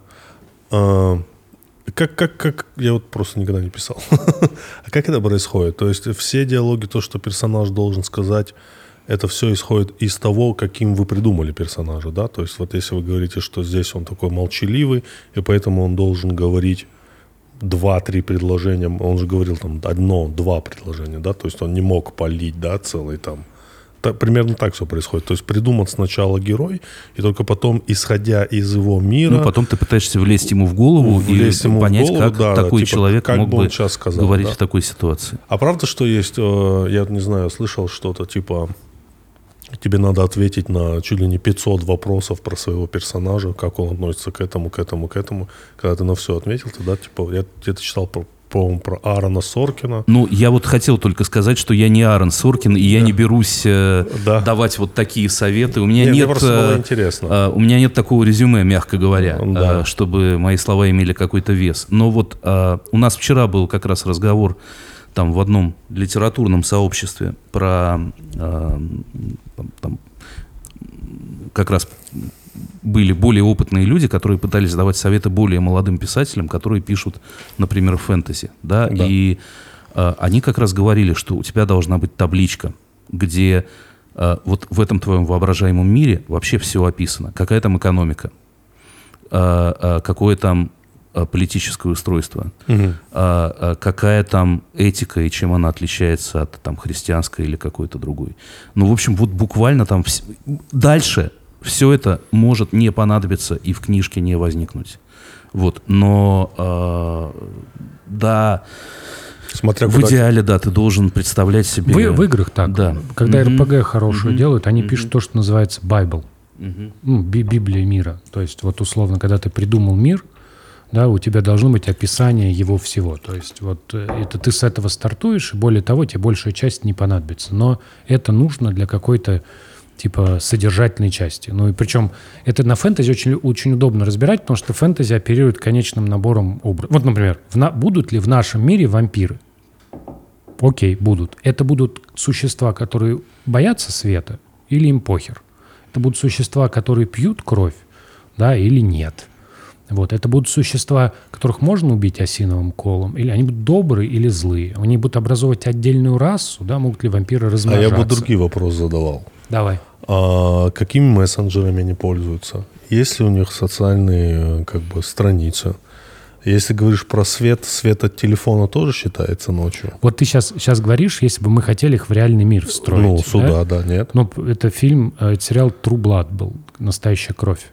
Как я вот просто никогда не писал. А как это происходит? То есть все диалоги, то, что персонаж должен сказать, это все исходит из того, каким вы придумали персонажа, да? То есть вот если вы говорите, что здесь он такой молчаливый, и поэтому он должен говорить 2-3 предложения, он же говорил 1-2 предложения, да? То есть он не мог палить, да, целый там. Примерно так все происходит. То есть придуман сначала герой, и только потом, исходя из его мира... потом ты пытаешься влезть ему в голову и понять, как такой человек мог бы говорить в такой ситуации. А правда, что есть, я не знаю, слышал что-то, тебе надо ответить на чуть ли не 500 вопросов про своего персонажа, как он относится к этому. Когда ты на все ответил, тогда, я где-то читал про Аарона Соркина. Я вот хотел только сказать, что я не Аарон Соркин, и я не берусь давать вот такие советы. У меня нет, просто было интересно. У меня нет такого резюме, мягко говоря, чтобы мои слова имели какой-то вес. Но вот у нас вчера был как раз разговор в одном литературном сообществе про как раз были более опытные люди, которые пытались давать советы более молодым писателям, которые пишут, например, фэнтези. Да? И они как раз говорили, что у тебя должна быть табличка, где вот в этом твоем воображаемом мире вообще все описано. Какая там экономика, какое там политическое устройство, какая там этика и чем она отличается от там, христианской или какой-то другой. Ну, в общем, вот буквально там дальше все это может не понадобиться и в книжке не возникнуть. Вот. Но да, Смотря в идеале, да, ты должен представлять себе... В играх так. Да. Когда РПГ хорошую делают, они пишут то, что называется Bible. Ну, Библия мира. То есть, вот условно, когда ты придумал мир, да, у тебя должно быть описание его всего. То есть, вот это ты с этого стартуешь, и более того, тебе большая часть не понадобится. Но это нужно для какой-то типа содержательной части. Ну и причем это на фэнтези очень, очень удобно разбирать, потому что фэнтези оперирует конечным набором образов. Вот, например, будут ли в нашем мире вампиры? Окей, будут. Это будут существа, которые боятся света, или им похер? Это будут существа, которые пьют кровь, да, или нет? Вот. Это будут существа, которых можно убить осиновым колом, или они будут добрые или злые? Они будут образовывать отдельную расу, да, могут ли вампиры размножаться? А я бы другие вопросы задавал. Давай. Какими мессенджерами они пользуются? Есть ли у них социальные как бы страницы? Если говоришь про свет от телефона тоже считается ночью? Вот ты сейчас говоришь, если бы мы хотели их в реальный мир встроить. Ну, сюда, да, нет. Ну, это фильм, это сериал True Blood был, «Настоящая кровь».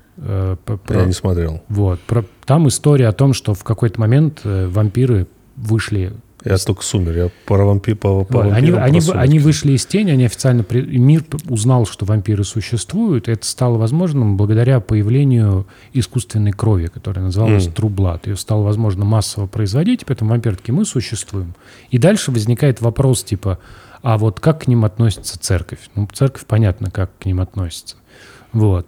Я не смотрел. Вот. Там история о том, что в какой-то момент вампиры вышли... Я только «Сумер», я про вампиров. Они вышли из тени, они официально... Мир узнал, что вампиры существуют. Это стало возможным благодаря появлению искусственной крови, которая называлась True Blood. Ее стало возможно массово производить, поэтому вампиры такие, мы существуем. И дальше возникает вопрос типа, а вот как к ним относится церковь? Ну, церковь, понятно, как к ним относится. Вот.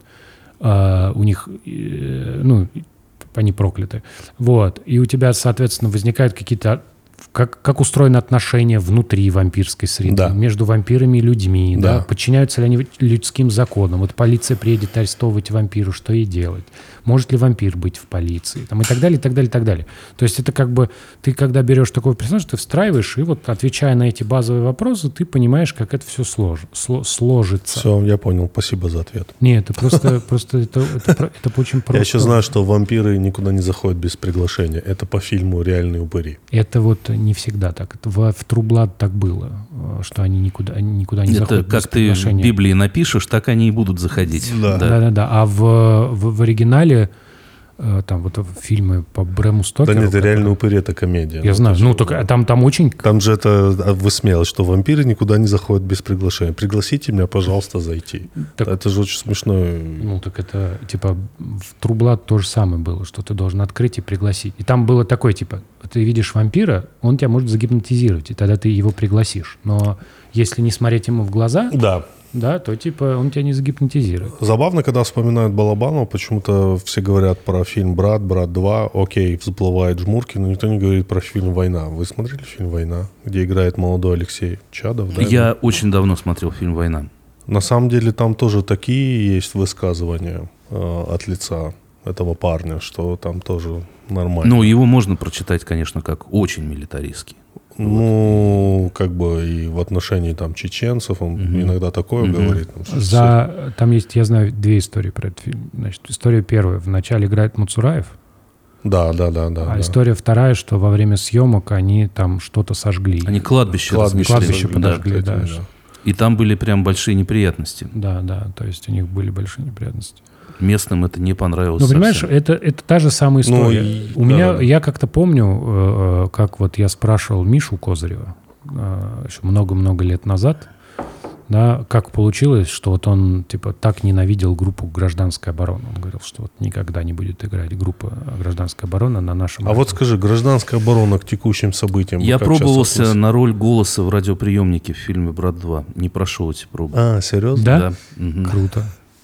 У них... Ну, они прокляты. Вот. И у тебя, соответственно, возникают какие-то... Как устроены отношения внутри вампирской среды, да. Между вампирами и людьми, да. Подчиняются ли они людским законам. Вот полиция приедет арестовывать вампиру, что ей делать? Может ли вампир быть в полиции? Там, и так далее, и так далее, и так далее. То есть это как бы ты, когда берешь такого персонажа, ты встраиваешь, и вот отвечая на эти базовые вопросы, ты понимаешь, как это все сложится. Все, я понял. Спасибо за ответ. Нет, это просто это очень просто. Я еще знаю, что вампиры никуда не заходят без приглашения. Это по фильму «Реальные упыри». Это вот не всегда так. Это в True Blood так было, что они никуда не заходят без приглашения. Это как ты в Библии напишешь, так они и будут заходить. Да. А в оригинале там вот фильмы по Брэму Стокеру... Да нет, это «Реальные упыри» — это комедия. Я знаю, ну только там очень... Там же это высмеялось, что вампиры никуда не заходят без приглашения. Пригласите меня, пожалуйста, зайти. Так, это же очень смешно. Ну так это типа в True Blood то же самое было, что ты должен открыть и пригласить. И там было такое типа, ты видишь вампира, он тебя может загипнотизировать, и тогда ты его пригласишь. Но если не смотреть ему в глаза... Да, то типа он тебя не загипнотизирует. Забавно, когда вспоминают Балабанова, почему-то все говорят про фильм «Брат», «Брат 2», окей, всплывает жмурки, но никто не говорит про фильм «Война». Вы смотрели фильм «Война», где играет молодой Алексей Чадов? Да? Я очень давно смотрел фильм «Война». На самом деле там тоже такие есть высказывания от лица этого парня, что там тоже нормально. Ну, его можно прочитать, конечно, как очень милитаристский. Ну, как бы и в отношении там чеченцев он иногда такое говорит. Там есть, я знаю, две истории про этот фильм. Значит, история первая. Вначале играет Муцураев. Да. История вторая, что во время съемок они там что-то сожгли. Они кладбище подожгли, да. И там были прям большие неприятности. Да, то есть у них были большие неприятности. Местным это не понравилось. Ну, понимаешь, это та же самая история. Я как-то помню, как вот я спрашивал Мишу Козырева еще много-много лет назад, да, как получилось, что вот он типа так ненавидел группу «Гражданская оборона». Он говорил, что вот никогда не будет играть группа «Гражданская оборона» на нашем... А вот скажи, «Гражданская оборона» к текущим событиям... Я пробовался на роль голоса в радиоприемнике в фильме «Брат 2». Не прошел эти пробы. А, серьезно? Да? Круто.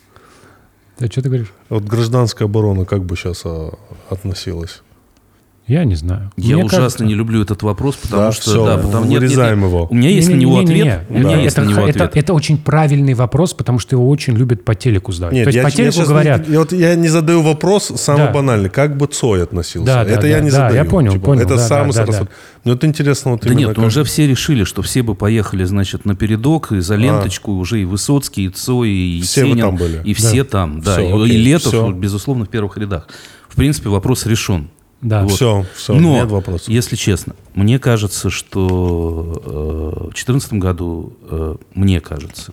А что ты говоришь? Вот «Гражданская оборона» как бы сейчас относилась? Я не знаю. Я ужасно не люблю этот вопрос, потому что... вырезаем его. У меня есть на него ответ. Это очень правильный вопрос, потому что его очень любят по телеку сдавать. Нет, то есть по телеку говорят... Я не задаю вопрос самый банальный. Как бы Цой относился? Это я не задаю. Да, я понял. Это самый... Мне вот интересно... Вот да нет, уже все решили, что все бы поехали, значит, на передок, и за ленточку уже и Высоцкий, и Цой, и Есенин. И все там, да. И Летов, безусловно, в первых рядах. В принципе, вопрос решен. Да. Вот. Все, Но, нет вопросов. если честно, мне кажется, что в 2014 году, мне кажется,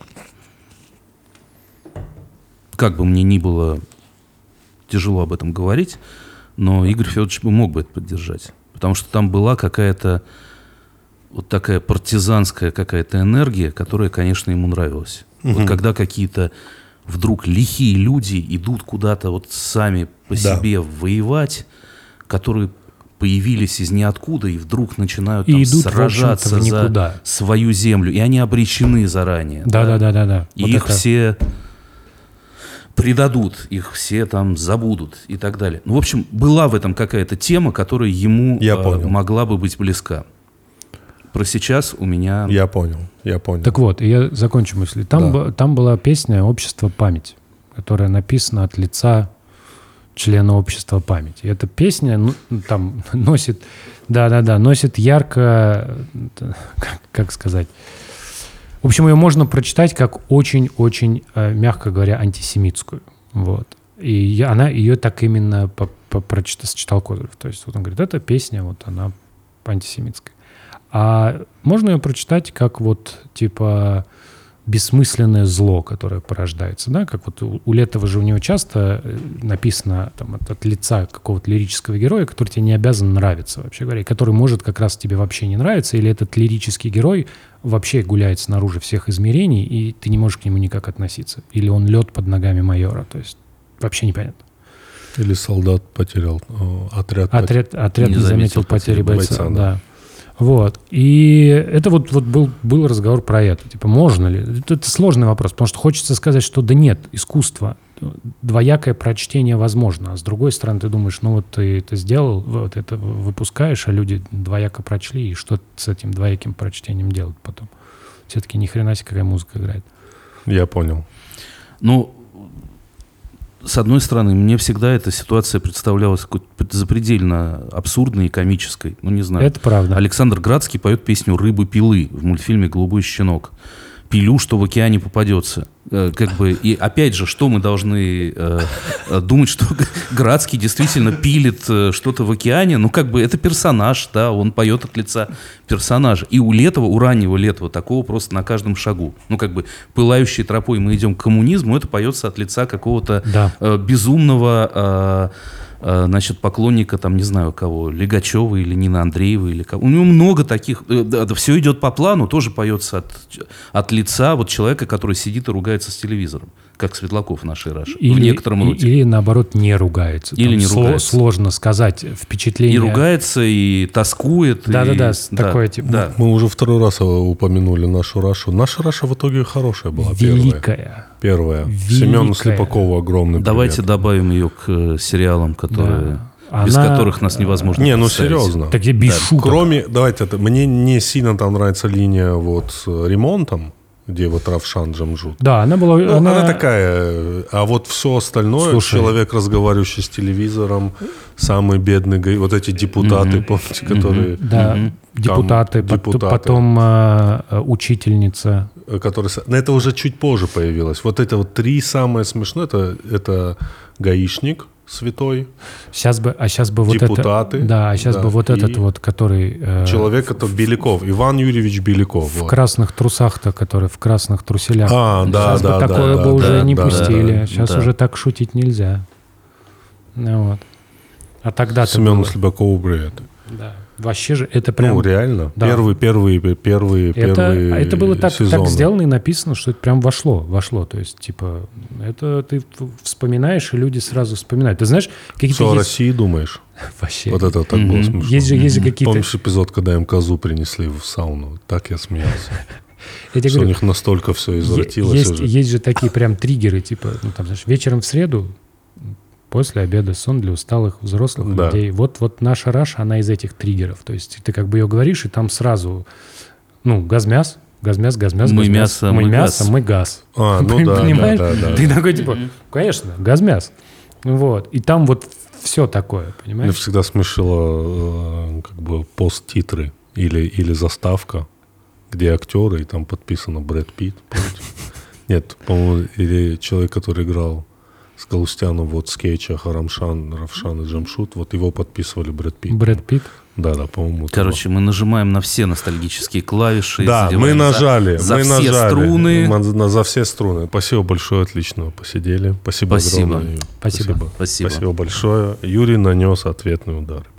как бы мне ни было тяжело об этом говорить, но Игорь Федорович мог бы это поддержать. Потому что там была какая-то вот такая партизанская какая-то энергия, которая, конечно, ему нравилась. Вот когда какие-то вдруг лихие люди идут куда-то вот сами по себе воевать, которые появились из ниоткуда и вдруг начинают там идут, сражаться за свою землю. И они обречены заранее. Да. И вот их это... все предадут, их все там забудут и так далее. Ну, в общем, была в этом какая-то тема, которая ему могла бы быть близка. Про сейчас у меня... Я понял. Так вот, я закончу мысль. Там была песня «Общество память», которая написана от лица члена общества памяти. Эта песня там носит, носит ярко, как сказать... В общем, ее можно прочитать как очень-очень, мягко говоря, антисемитскую. Вот. И ее так именно сочетал Козырев. То есть вот он говорит, эта песня, вот она антисемитская. А можно ее прочитать как вот типа бессмысленное зло, которое порождается. Да? Как вот у Летова же у него часто написано там, от лица какого-то лирического героя, который тебе не обязан нравиться, вообще говоря, и который может как раз тебе вообще не нравиться, или этот лирический герой вообще гуляет снаружи всех измерений, и ты не можешь к нему никак относиться. Или он лед под ногами майора. То есть вообще непонятно. Или солдат потерял, отряд не заметил потери бойца. Да. Вот. И это вот был разговор про это. Типа, можно ли? Это сложный вопрос, потому что хочется сказать, что да нет, искусство, двоякое прочтение возможно. А с другой стороны, ты думаешь, ну вот ты это сделал, вот это выпускаешь, а люди двояко прочли, и что с этим двояким прочтением делать потом? Все-таки ни хрена себе какая музыка играет. Я понял. Ну, с одной стороны, мне всегда эта ситуация представлялась какой-то запредельно абсурдной и комической. Ну, не знаю. Это правда. Александр Градский поет песню «Рыбы пилы» в мультфильме «Голубой щенок». Пилю, что в океане попадется. Как бы, и опять же, что мы должны думать, что Градский действительно пилит что-то в океане? Ну, как бы это персонаж, да, он поет от лица персонажа. И у Летова, у раннего Летова, такого просто на каждом шагу. Ну, как бы, пылающей тропой мы идем к коммунизму, это поется от лица какого-то безумного... значит, поклонника, там, не знаю кого, Лигачева или Нины Андреевой, или кого. У него много таких, все идет по плану, тоже поется от лица вот человека, который сидит и ругается с телевизором, как Светлаков в нашей Раше, в некотором роде. Или, наоборот, не ругается. Или не ругается. Сложно сказать впечатление. И ругается, и тоскует. Да, такое типа. Да. Мы уже второй раз упомянули нашу Рашу. Наша Раша в итоге хорошая была. Великая. Первая. Семену Слепакову огромный привет. Давайте добавим ее к сериалам, которые... без которых нас невозможно представить. Серьезно. Так я без шуток. Кроме, мне не сильно там нравится линия вот с ремонтом, где вот Равшан Джамжут. Да, она была... она такая, а вот все остальное, человек, разговаривающий с телевизором, самый бедный, вот эти депутаты, помните, которые... Да, депутаты. Потом учительница. Но это уже чуть позже появилось. Вот это вот три самое смешное, это гаишник святой. Сейчас бы вот депутаты. Это... Да, сейчас бы вот этот вот, который... Человек, это Беляков, Иван Юрьевич Беляков. В красных трусах-то, который в красных труселях. Да. Такое бы уже не пустили. Сейчас уже так шутить нельзя. Вот. А тогда-то Семену Слепакову привет. Да. Вообще же это прям... Ну, реально. Да. Первые это было так сезоны. сделано и написано, что это прям вошло. То есть, типа, это ты вспоминаешь, и люди сразу вспоминают. Ты знаешь, какие-то Что о России думаешь? Вообще. Вот это так было смешно. Есть же какие-то... Помнишь эпизод, когда им козу принесли в сауну? Так я смеялся. Что у них настолько все извратилось уже. Есть же такие прям триггеры, типа, ну, там, знаешь, вечером в среду, после обеда сон для усталых взрослых людей. Вот наша Раша, она из этих триггеров. То есть ты как бы ее говоришь, и там сразу, газмяс. Мы мясо, мы газ. Понимаешь? Да. Ты такой, типа, конечно, газмяс. Вот. И там вот все такое, понимаешь? Меня всегда смешило как бы пост-титры или заставка, где актеры, и там подписано Брэд Питт. Нет, по-моему, или человек, который играл с Галустяном, вот скетча Равшан и Джамшут, вот его подписывали Брэд Питт. Брэд Питт. Да, по-моему. Короче, мы нажимаем на все ностальгические клавиши. Да, мы нажали. За мы все нажали. струны. За все струны. Спасибо большое, отлично посидели. Спасибо огромное. Спасибо. Спасибо большое. Юрий нанес ответный удар.